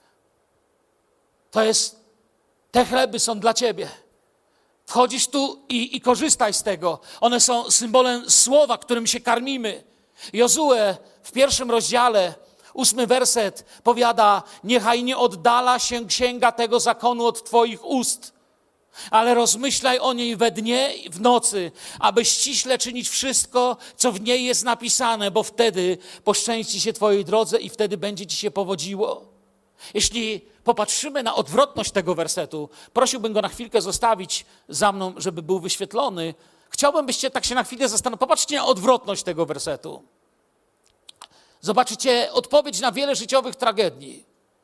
To jest Te chleby są dla ciebie. Wchodzisz tu i, i korzystaj z tego. One są symbolem słowa, którym się karmimy. Jozue w pierwszym rozdziale, ósmy werset powiada: niechaj nie oddala się księga tego zakonu od twoich ust, ale rozmyślaj o niej we dnie i w nocy, aby ściśle czynić wszystko, co w niej jest napisane, bo wtedy poszczęści się twojej drodze i wtedy będzie ci się powodziło. Jeśli popatrzymy na odwrotność tego wersetu, prosiłbym go na chwilkę zostawić za mną, żeby był wyświetlony. Chciałbym, byście tak się na chwilę zastanowili. Popatrzcie na odwrotność tego wersetu. Zobaczycie odpowiedź na wiele życiowych tragedii.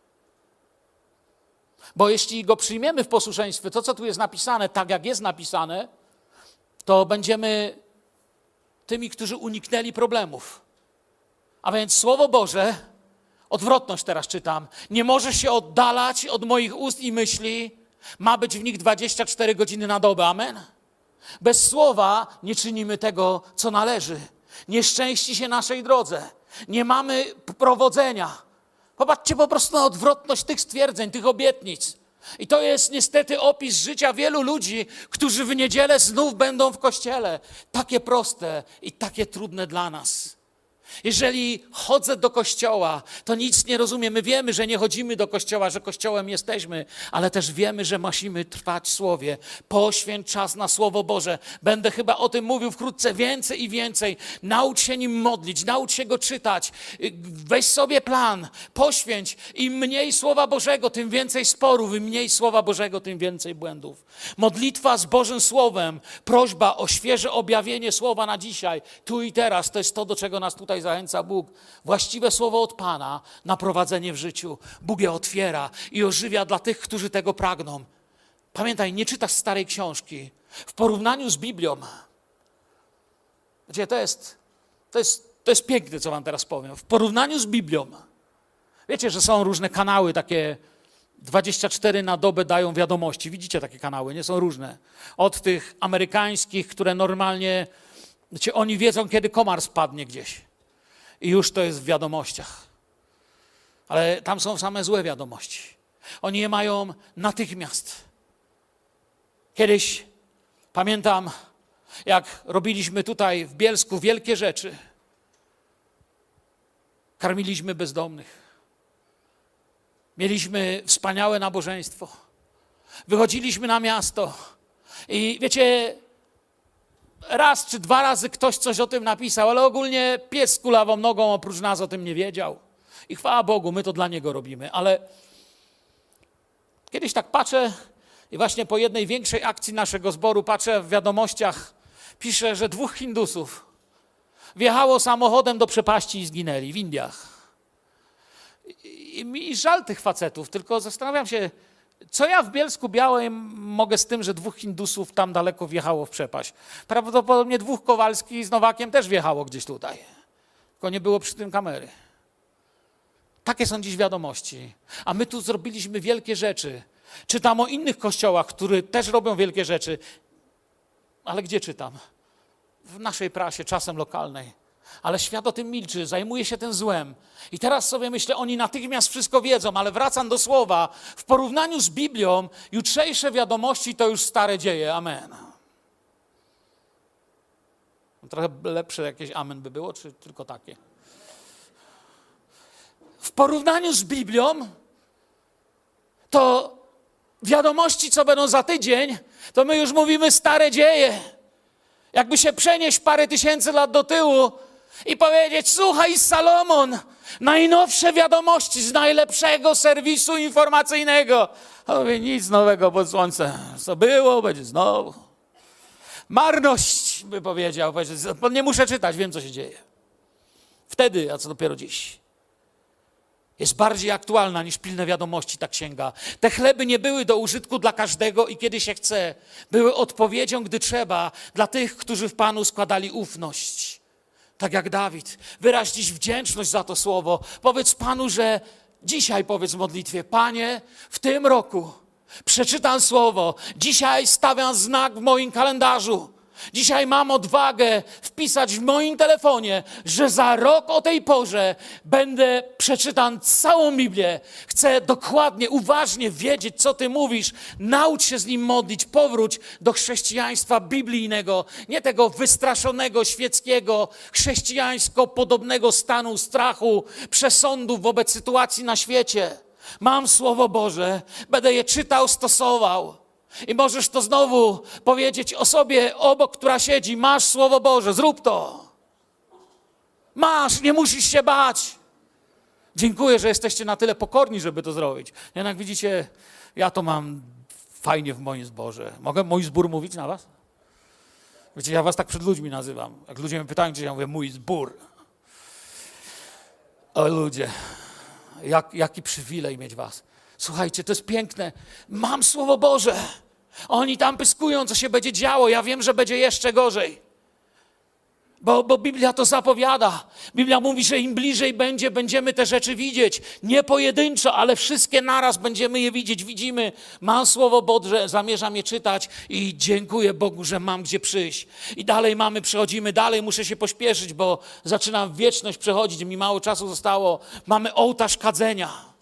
Bo jeśli go przyjmiemy w posłuszeństwie, to co tu jest napisane, tak jak jest napisane, to będziemy tymi, którzy uniknęli problemów. A więc Słowo Boże, odwrotność teraz czytam, nie może się oddalać od moich ust i myśli, ma być w nich dwadzieścia cztery godziny na dobę. Amen? Bez słowa nie czynimy tego, co należy. Nie szczęści się naszej drodze. Nie mamy prowadzenia. Popatrzcie po prostu na odwrotność tych stwierdzeń, tych obietnic. I to jest niestety opis życia wielu ludzi, którzy w niedzielę znów będą w kościele. Takie proste i takie trudne dla nas. Jeżeli chodzę do kościoła, to nic nie rozumiem. My wiemy, że nie chodzimy do kościoła, że kościołem jesteśmy, ale też wiemy, że musimy trwać w Słowie. Poświęć czas na Słowo Boże. Będę chyba o tym mówił wkrótce więcej i więcej. Naucz się nim modlić, naucz się go czytać. Weź sobie plan, poświęć. Im mniej Słowa Bożego, tym więcej sporów. Im mniej Słowa Bożego, tym więcej błędów. Modlitwa z Bożym Słowem, prośba o świeże objawienie Słowa na dzisiaj, tu i teraz, to jest to, do czego nas tutaj zachęca Bóg. Właściwe słowo od Pana na prowadzenie w życiu. Bóg je otwiera i ożywia dla tych, którzy tego pragną. Pamiętaj, nie czytasz starej książki. W porównaniu z Biblią, wiecie, to jest, to jest, to jest piękne, co wam teraz powiem. W porównaniu z Biblią, wiecie, że są różne kanały takie dwadzieścia cztery na dobę dają wiadomości. Widzicie takie kanały, nie? Są różne. Od tych amerykańskich, które normalnie, wiecie, oni wiedzą, kiedy komar spadnie gdzieś. I już to jest w wiadomościach. Ale tam są same złe wiadomości. Oni je mają natychmiast. Kiedyś pamiętam, jak robiliśmy tutaj w Bielsku wielkie rzeczy. Karmiliśmy bezdomnych. Mieliśmy wspaniałe nabożeństwo. Wychodziliśmy na miasto. I wiecie, raz czy dwa razy ktoś coś o tym napisał, ale ogólnie pies z kulawą nogą oprócz nas o tym nie wiedział. I chwała Bogu, my to dla Niego robimy. Ale kiedyś tak patrzę i właśnie po jednej większej akcji naszego zboru patrzę w wiadomościach, pisze, że dwóch Hindusów wjechało samochodem do przepaści i zginęli w Indiach. I mi żal tych facetów, tylko zastanawiam się, co ja w Bielsku Białej mogę z tym, że dwóch Hindusów tam daleko wjechało w przepaść. Prawdopodobnie dwóch Kowalski z Nowakiem też wjechało gdzieś tutaj, tylko nie było przy tym kamery. Takie są dziś wiadomości. A my tu zrobiliśmy wielkie rzeczy. Czytam o innych kościołach, które też robią wielkie rzeczy. Ale gdzie czytam? W naszej prasie, czasem lokalnej. Ale świat o tym milczy, zajmuje się tym złem. I teraz sobie myślę, oni natychmiast wszystko wiedzą, ale wracam do słowa. W porównaniu z Biblią, jutrzejsze wiadomości to już stare dzieje. Amen. Trochę lepsze jakieś amen by było, czy tylko takie? W porównaniu z Biblią, to wiadomości, co będą za tydzień, to my już mówimy stare dzieje. Jakby się przenieść parę tysięcy lat do tyłu i powiedzieć, słuchaj Salomon, najnowsze wiadomości z najlepszego serwisu informacyjnego. A mówię, nic nowego pod słońcem. Co było, będzie znowu. Marność, by powiedział. Nie muszę czytać, wiem, co się dzieje. Wtedy, a co dopiero dziś. Jest bardziej aktualna niż pilne wiadomości ta księga. Te chleby nie były do użytku dla każdego i kiedy się chce. Były odpowiedzią, gdy trzeba, dla tych, którzy w Panu składali ufność. Tak jak Dawid. Wyraź dziś wdzięczność za to słowo. Powiedz Panu, że dzisiaj powiedz w modlitwie, Panie, w tym roku przeczytam słowo. Dzisiaj stawiam znak w moim kalendarzu. Dzisiaj mam odwagę wpisać w moim telefonie, że za rok o tej porze będę przeczytam całą Biblię. Chcę dokładnie, uważnie wiedzieć, co Ty mówisz. Naucz się z nim modlić. Powróć do chrześcijaństwa biblijnego, nie tego wystraszonego, świeckiego, chrześcijańsko-podobnego stanu strachu, przesądów wobec sytuacji na świecie. Mam Słowo Boże, będę je czytał, stosował. I możesz to znowu powiedzieć osobie obok, która siedzi. Masz Słowo Boże, zrób to. Masz, nie musisz się bać. Dziękuję, że jesteście na tyle pokorni, żeby to zrobić. Jednak widzicie, ja to mam fajnie w moim zborze. Mogę mój zbór mówić na was? Wiecie, ja was tak przed ludźmi nazywam. Jak ludzie mnie pytają, gdzie ja mówię, mój zbór. O ludzie, jak, jaki przywilej mieć was. Słuchajcie, to jest piękne. Mam Słowo Boże. Oni tam pyskują, co się będzie działo. Ja wiem, że będzie jeszcze gorzej. Bo, bo Biblia to zapowiada. Biblia mówi, że im bliżej będzie, będziemy te rzeczy widzieć. Nie pojedynczo, ale wszystkie naraz będziemy je widzieć. Widzimy, mam Słowo Boże, zamierzam je czytać i dziękuję Bogu, że mam gdzie przyjść. I dalej mamy, przechodzimy, dalej muszę się pośpieszyć, bo zaczynam w wieczność przechodzić. Mi mało czasu zostało. Mamy ołtarz kadzenia.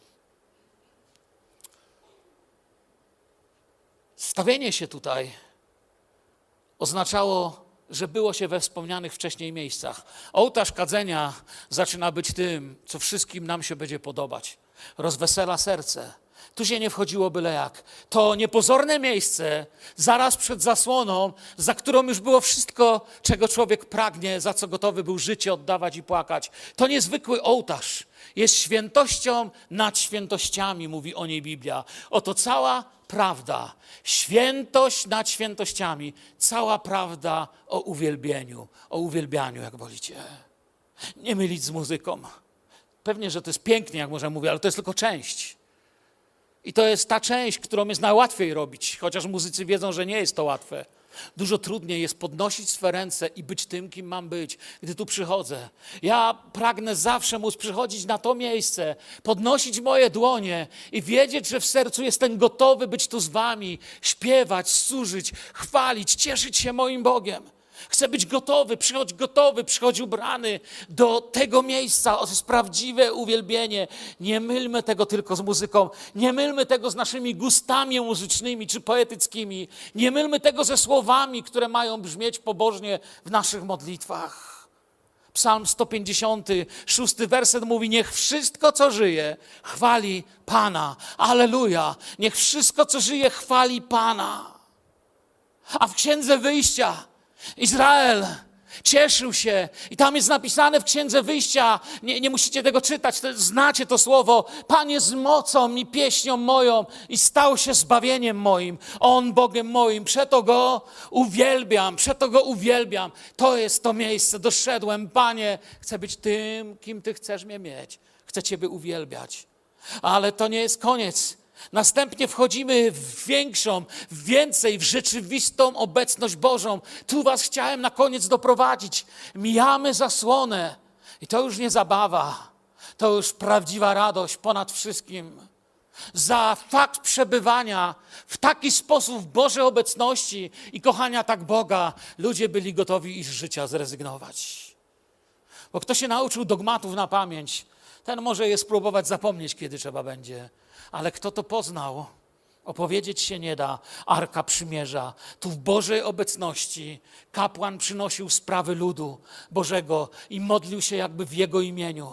Stawienie się tutaj oznaczało, że było się we wspomnianych wcześniej miejscach. Ołtarz kadzenia zaczyna być tym, co wszystkim nam się będzie podobać. Rozwesela serce. Tu się nie wchodziło byle jak. To niepozorne miejsce, zaraz przed zasłoną, za którą już było wszystko, czego człowiek pragnie, za co gotowy był życie oddawać i płakać. To niezwykły ołtarz. Jest świętością nad świętościami, mówi o niej Biblia. Oto cała prawda, świętość nad świętościami, cała prawda o uwielbieniu, o uwielbianiu, jak wolicie. Nie mylić z muzyką. Pewnie, że to jest pięknie, jak może mówię, ale to jest tylko część. I to jest ta część, którą jest najłatwiej robić, chociaż muzycy wiedzą, że nie jest to łatwe. Dużo trudniej jest podnosić swe ręce i być tym, kim mam być, gdy tu przychodzę. Ja pragnę zawsze móc przychodzić na to miejsce, podnosić moje dłonie i wiedzieć, że w sercu jestem gotowy być tu z wami, śpiewać, służyć, chwalić, cieszyć się moim Bogiem. Chcę być gotowy, przychodź gotowy, przychodź ubrany do tego miejsca. To jest prawdziwe uwielbienie. Nie mylmy tego tylko z muzyką. Nie mylmy tego z naszymi gustami muzycznymi czy poetyckimi. Nie mylmy tego ze słowami, które mają brzmieć pobożnie w naszych modlitwach. Psalm sto pięćdziesiąty szósty werset mówi, niech wszystko, co żyje, chwali Pana. Alleluja. Niech wszystko, co żyje, chwali Pana. A w Księdze Wyjścia Izrael Cieszył się. I tam jest napisane w Księdze Wyjścia, nie, nie musicie tego czytać, to, znacie to słowo. Pan jest mocą i pieśnią moją i stał się zbawieniem moim. On Bogiem moim. Przeto Go uwielbiam, przeto Go uwielbiam. To jest to miejsce. Doszedłem, Panie, chcę być tym, kim Ty chcesz mnie mieć. Chcę Ciebie uwielbiać. Ale to nie jest koniec. Następnie wchodzimy w większą, w więcej, w rzeczywistą obecność Bożą. Tu was chciałem na koniec doprowadzić. Mijamy zasłonę i to już nie zabawa, to już prawdziwa radość ponad wszystkim. Za fakt przebywania w taki sposób w Bożej obecności i kochania tak Boga, ludzie byli gotowi z życia zrezygnować. Bo kto się nauczył dogmatów na pamięć, ten może je spróbować zapomnieć, kiedy trzeba będzie. Ale kto to poznał, opowiedzieć się nie da. Arka Przymierza. Tu w Bożej obecności kapłan przynosił sprawy ludu Bożego i modlił się jakby w Jego imieniu.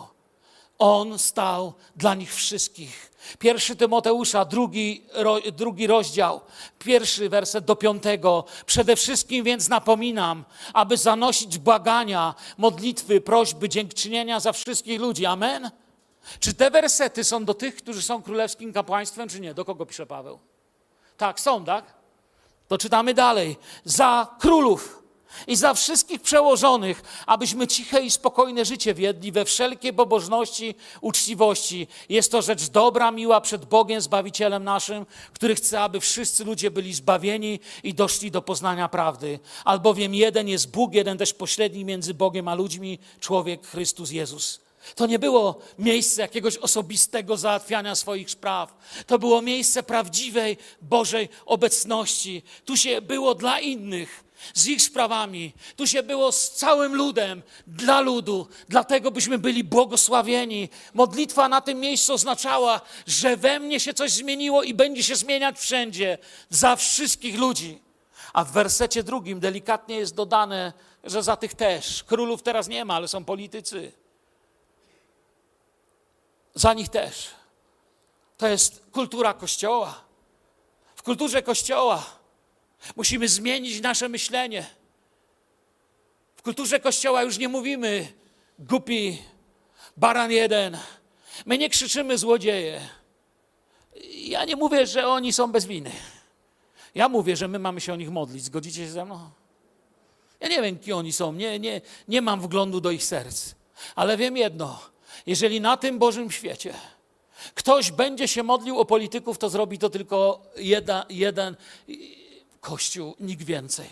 On stał dla nich wszystkich. Pierwszy Tymoteusza, drugi, ro, drugi rozdział, pierwszy werset do piątego. Przede wszystkim więc napominam, aby zanosić błagania, modlitwy, prośby, dziękczynienia za wszystkich ludzi. Amen? Czy te wersety są do tych, którzy są królewskim kapłaństwem, czy nie? Do kogo pisze Paweł? Tak, są, tak? To czytamy dalej. Za królów i za wszystkich przełożonych, abyśmy ciche i spokojne życie wiedli we wszelkiej pobożności, uczciwości. Jest to rzecz dobra, miła przed Bogiem, Zbawicielem naszym, który chce, aby wszyscy ludzie byli zbawieni i doszli do poznania prawdy. Albowiem jeden jest Bóg, jeden też pośredni między Bogiem a ludźmi, człowiek Chrystus Jezus. To nie było miejsce jakiegoś osobistego załatwiania swoich spraw. To było miejsce prawdziwej Bożej obecności. Tu się było dla innych, z ich sprawami. Tu się było z całym ludem, dla ludu. Dlatego byśmy byli błogosławieni. Modlitwa na tym miejscu oznaczała, że we mnie się coś zmieniło i będzie się zmieniać wszędzie, za wszystkich ludzi. A w wersecie drugim delikatnie jest dodane, że za tych też. Królów teraz nie ma, ale są politycy. Za nich też. To jest kultura Kościoła. W kulturze Kościoła musimy zmienić nasze myślenie. W kulturze Kościoła już nie mówimy głupi, baran jeden. My nie krzyczymy złodzieje. Ja nie mówię, że oni są bez winy. Ja mówię, że my mamy się o nich modlić. Zgodzicie się ze mną? Ja nie wiem, kim oni są. Nie, nie, nie mam wglądu do ich serc. Ale wiem jedno. Jeżeli na tym Bożym świecie ktoś będzie się modlił o polityków, to zrobi to tylko jeden, jeden Kościół, nikt więcej.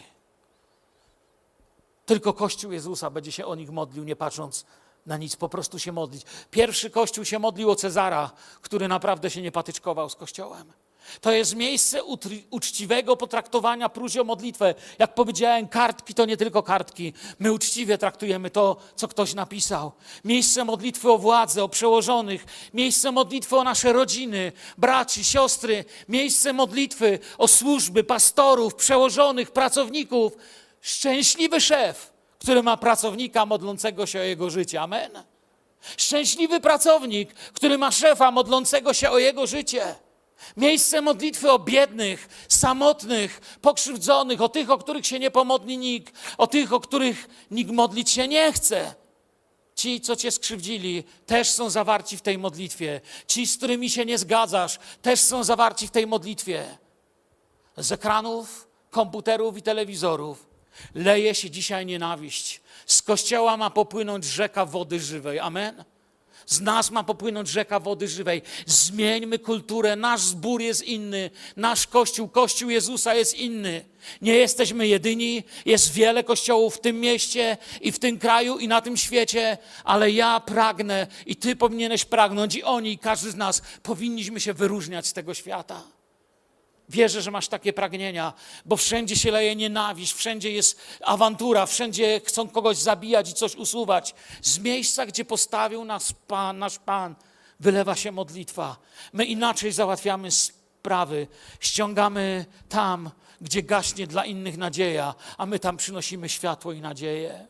Tylko Kościół Jezusa będzie się o nich modlił, nie patrząc na nic, po prostu się modlić. Pierwszy Kościół się modlił o Cezara, który naprawdę się nie patyczkował z Kościołem. To jest miejsce uczciwego potraktowania próśb o modlitwę. Jak powiedziałem, kartki to nie tylko kartki. My uczciwie traktujemy to, co ktoś napisał. Miejsce modlitwy o władzę, o przełożonych. Miejsce modlitwy o nasze rodziny, braci, siostry. Miejsce modlitwy o służby, pastorów, przełożonych, pracowników. Szczęśliwy szef, który ma pracownika modlącego się o jego życie. Amen. Szczęśliwy pracownik, który ma szefa modlącego się o jego życie. Miejsce modlitwy o biednych, samotnych, pokrzywdzonych, o tych, o których się nie pomodli nikt, o tych, o których nikt modlić się nie chce. Ci, co cię skrzywdzili, też są zawarci w tej modlitwie. Ci, z którymi się nie zgadzasz, też są zawarci w tej modlitwie. Z ekranów, komputerów i telewizorów leje się dzisiaj nienawiść. Z Kościoła ma popłynąć rzeka wody żywej. Amen? Z nas ma popłynąć rzeka wody żywej. Zmieńmy kulturę. Nasz zbór jest inny. Nasz Kościół, Kościół Jezusa jest inny. Nie jesteśmy jedyni. Jest wiele kościołów w tym mieście i w tym kraju i na tym świecie, ale ja pragnę i ty powinieneś pragnąć i oni, i każdy z nas powinniśmy się wyróżniać z tego świata. Wierzę, że masz takie pragnienia, bo wszędzie się leje nienawiść, wszędzie jest awantura, wszędzie chcą kogoś zabijać i coś usuwać. Z miejsca, gdzie postawił nas Pan, nasz Pan, wylewa się modlitwa. My inaczej załatwiamy sprawy, ściągamy tam, gdzie gaśnie dla innych nadzieja, a my tam przynosimy światło i nadzieję.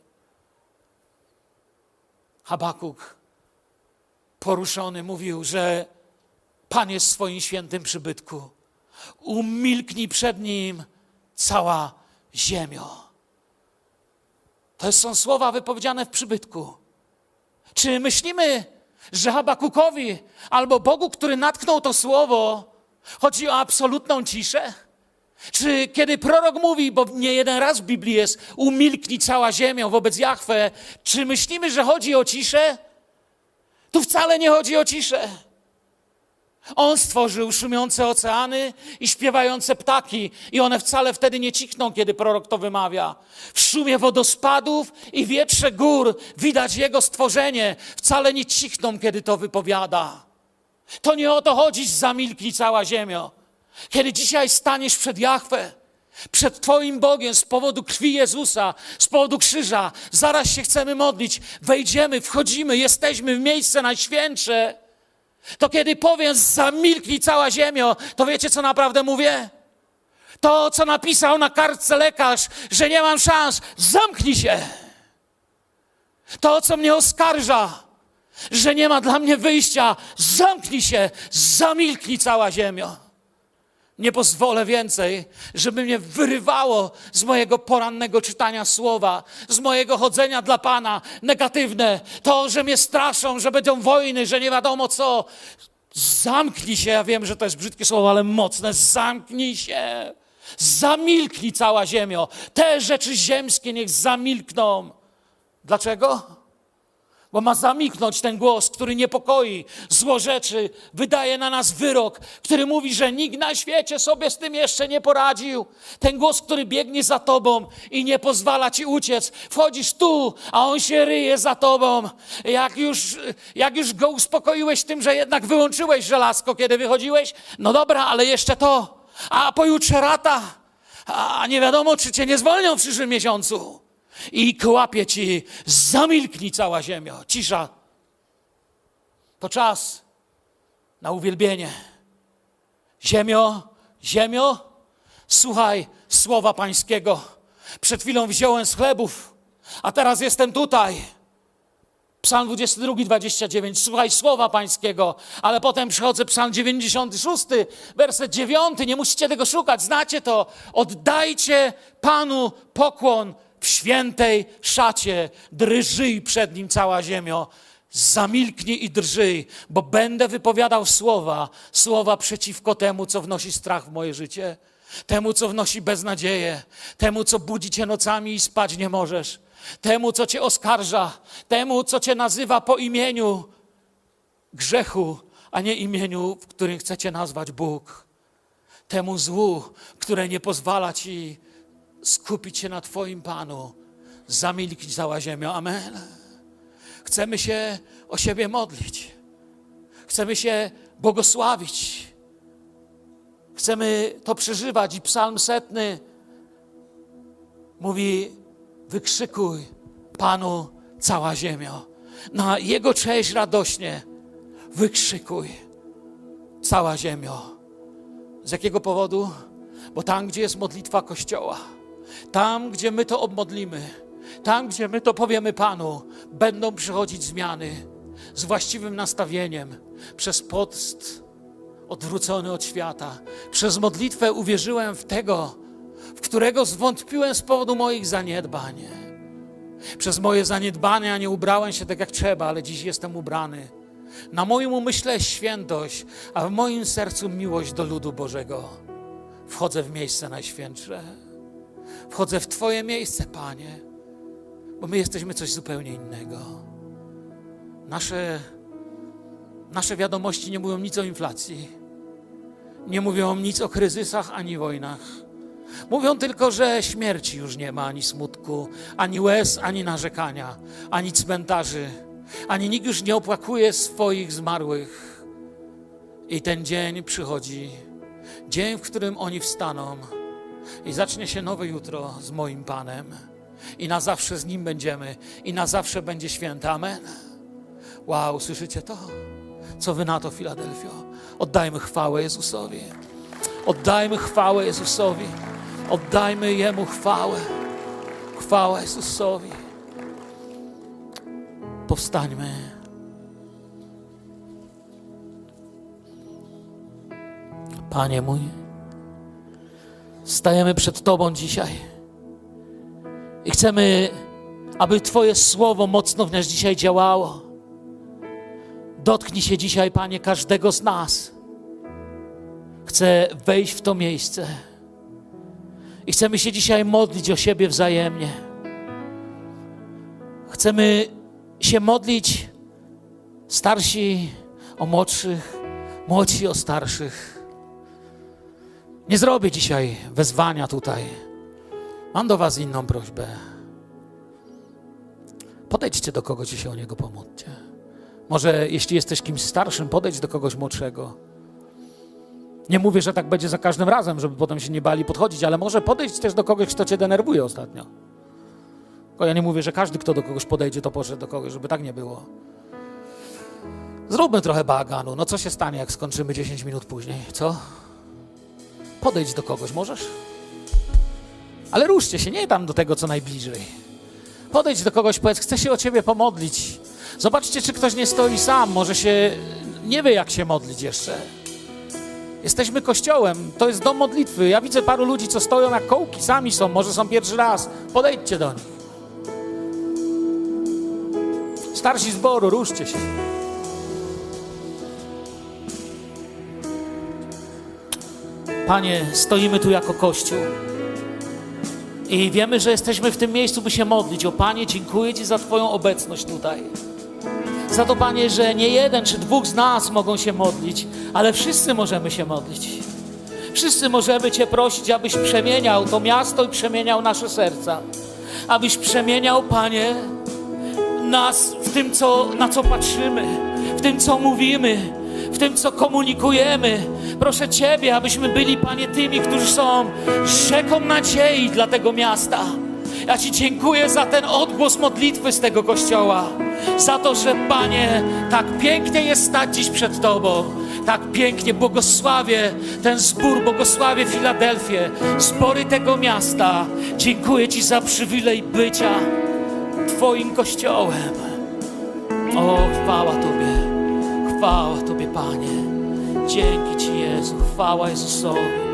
Habakuk poruszony mówił, że Pan jest w swoim świętym przybytku. Umilknij przed Nim cała ziemio. To są słowa wypowiedziane w przybytku. Czy myślimy, że Habakukowi albo Bogu, który natknął to słowo, chodzi o absolutną ciszę? Czy kiedy prorok mówi, bo nie jeden raz w Biblii jest, umilknij cała ziemia wobec Jahwe, czy myślimy, że chodzi o ciszę? Tu wcale nie chodzi o ciszę. On stworzył szumiące oceany i śpiewające ptaki i one wcale wtedy nie cichną, kiedy prorok to wymawia. W szumie wodospadów i wietrze gór widać Jego stworzenie. Wcale nie cichną, kiedy to wypowiada. To nie o to chodzi, zamilknij cała ziemio. Kiedy dzisiaj staniesz przed Jahwe, przed Twoim Bogiem z powodu krwi Jezusa, z powodu krzyża, zaraz się chcemy modlić, wejdziemy, wchodzimy, jesteśmy w miejsce najświętsze, to kiedy powiem zamilknij cała ziemio, to wiecie, co naprawdę mówię? To, co napisał na kartce lekarz, że nie mam szans, zamknij się. To, co mnie oskarża, że nie ma dla mnie wyjścia, zamknij się, zamilknij cała ziemio. Nie pozwolę więcej, żeby mnie wyrywało z mojego porannego czytania słowa, z mojego chodzenia dla Pana negatywne. To, że mnie straszą, że będą wojny, że nie wiadomo co. Zamknij się, ja wiem, że to jest brzydkie słowo, ale mocne. Zamknij się. Zamilknij cała ziemio. Te rzeczy ziemskie niech zamilkną. Dlaczego? Bo ma zamilknąć ten głos, który niepokoi, złorzeczy, wydaje na nas wyrok, który mówi, że nikt na świecie sobie z tym jeszcze nie poradził. Ten głos, który biegnie za tobą i nie pozwala ci uciec. Wchodzisz tu, a on się ryje za tobą. Jak już, jak już go uspokoiłeś tym, że jednak wyłączyłeś żelazko, kiedy wychodziłeś, no dobra, ale jeszcze to. A pojutrze rata, a nie wiadomo, czy cię nie zwolnią w przyszłym miesiącu. I kłapie ci, zamilknij cała ziemio. Cisza. To czas na uwielbienie. Ziemio, ziemio, słuchaj słowa Pańskiego. Przed chwilą wziąłem z chlebów, a teraz jestem tutaj. Psalm dwudziesty drugi, dwadzieścia dziewięć. Słuchaj słowa Pańskiego, ale potem przychodzę Psalm dziewięćdziesiąty szósty, werset dziewiąty. Nie musicie tego szukać, znacie to. Oddajcie Panu pokłon w świętej szacie, drżyj przed Nim cała ziemio. Zamilknij i drżyj, bo będę wypowiadał słowa, słowa przeciwko temu, co wnosi strach w moje życie, temu, co wnosi beznadzieję, temu, co budzi cię nocami i spać nie możesz, temu, co cię oskarża, temu, co cię nazywa po imieniu grzechu, a nie imieniu, w którym chce cię nazwać Bóg. Temu złu, które nie pozwala ci skupić się na Twoim Panu. Zamilknij cała ziemio. Amen. Chcemy się o siebie modlić. Chcemy się błogosławić. Chcemy to przeżywać. I psalm setny mówi: wykrzykuj Panu cała ziemio. Na Jego cześć radośnie wykrzykuj cała ziemio. Z jakiego powodu? Bo tam, gdzie jest modlitwa Kościoła, tam, gdzie my to obmodlimy, tam, gdzie my to powiemy Panu, będą przychodzić zmiany z właściwym nastawieniem, przez post odwrócony od świata. Przez modlitwę uwierzyłem w tego, w którego zwątpiłem z powodu moich zaniedbań. Przez moje zaniedbania nie ubrałem się tak jak trzeba, ale dziś jestem ubrany. Na moim umyśle jest świętość, a w moim sercu miłość do ludu Bożego. Wchodzę w miejsce najświętsze. Wchodzę w Twoje miejsce, Panie, bo my jesteśmy coś zupełnie innego. Nasze, nasze wiadomości nie mówią nic o inflacji. Nie mówią nic o kryzysach ani wojnach. Mówią tylko, że śmierci już nie ma, ani smutku, ani łez, ani narzekania, ani cmentarzy, ani nikt już nie opłakuje swoich zmarłych. I ten dzień przychodzi. Dzień, w którym oni wstaną i zacznie się nowe jutro z moim Panem. I na zawsze z Nim będziemy. I na zawsze będzie święte. Amen. Wow, słyszycie to? Co wy na to, Filadelfio? Oddajmy chwałę Jezusowi. Oddajmy chwałę Jezusowi. Oddajmy Jemu chwałę. Chwała Jezusowi. Powstańmy. Panie mój, stajemy przed Tobą dzisiaj i chcemy aby Twoje słowo mocno w nas dzisiaj działało. Dotknij się dzisiaj, Panie, każdego z nas. Chcę wejść w to miejsce i chcemy się dzisiaj modlić o siebie wzajemnie. Chcemy się modlić starsi o młodszych, młodsi o starszych. Nie zrobię dzisiaj wezwania tutaj. Mam do was inną prośbę. Podejdźcie do kogoś i się o niego pomódlcie. Może jeśli jesteś kimś starszym, podejdź do kogoś młodszego. Nie mówię, że tak będzie za każdym razem, żeby potem się nie bali podchodzić, ale może podejdź też do kogoś, kto cię denerwuje ostatnio. Tylko ja nie mówię, że każdy, kto do kogoś podejdzie, to poszedł do kogoś, żeby tak nie było. Zróbmy trochę bałaganu. No co się stanie, jak skończymy dziesięć minut później, co? Podejdź do kogoś, możesz? Ale ruszcie się, nie tam do tego, co najbliżej. Podejdź do kogoś, powiedz, chcę się o ciebie pomodlić. Zobaczcie, czy ktoś nie stoi sam, może się nie wie, jak się modlić jeszcze. Jesteśmy kościołem, to jest dom modlitwy. Ja widzę paru ludzi, co stoją jak kołki, sami są, może są pierwszy raz. Podejdźcie do nich. Starsi zboru, ruszcie się. Panie, stoimy tu jako Kościół i wiemy, że jesteśmy w tym miejscu, by się modlić. O Panie, dziękuję Ci za Twoją obecność tutaj. Za to, Panie, że nie jeden czy dwóch z nas mogą się modlić, ale wszyscy możemy się modlić. Wszyscy możemy Cię prosić, abyś przemieniał to miasto i przemieniał nasze serca. Abyś przemieniał, Panie, nas w tym, co, na co patrzymy, w tym, co mówimy, w tym, co komunikujemy. Proszę Ciebie, abyśmy byli, Panie, tymi, którzy są rzeką nadziei dla tego miasta. Ja Ci dziękuję za ten odgłos modlitwy z tego kościoła. Za to, że, Panie, tak pięknie jest stać dziś przed Tobą. Tak pięknie błogosławię ten zbór, błogosławię Filadelfię, zbory tego miasta. Dziękuję Ci za przywilej bycia Twoim kościołem. O, chwała Tobie. Chwała Tobie, Panie. Dzięki Ci, Jezu. Chwała Jezusowi.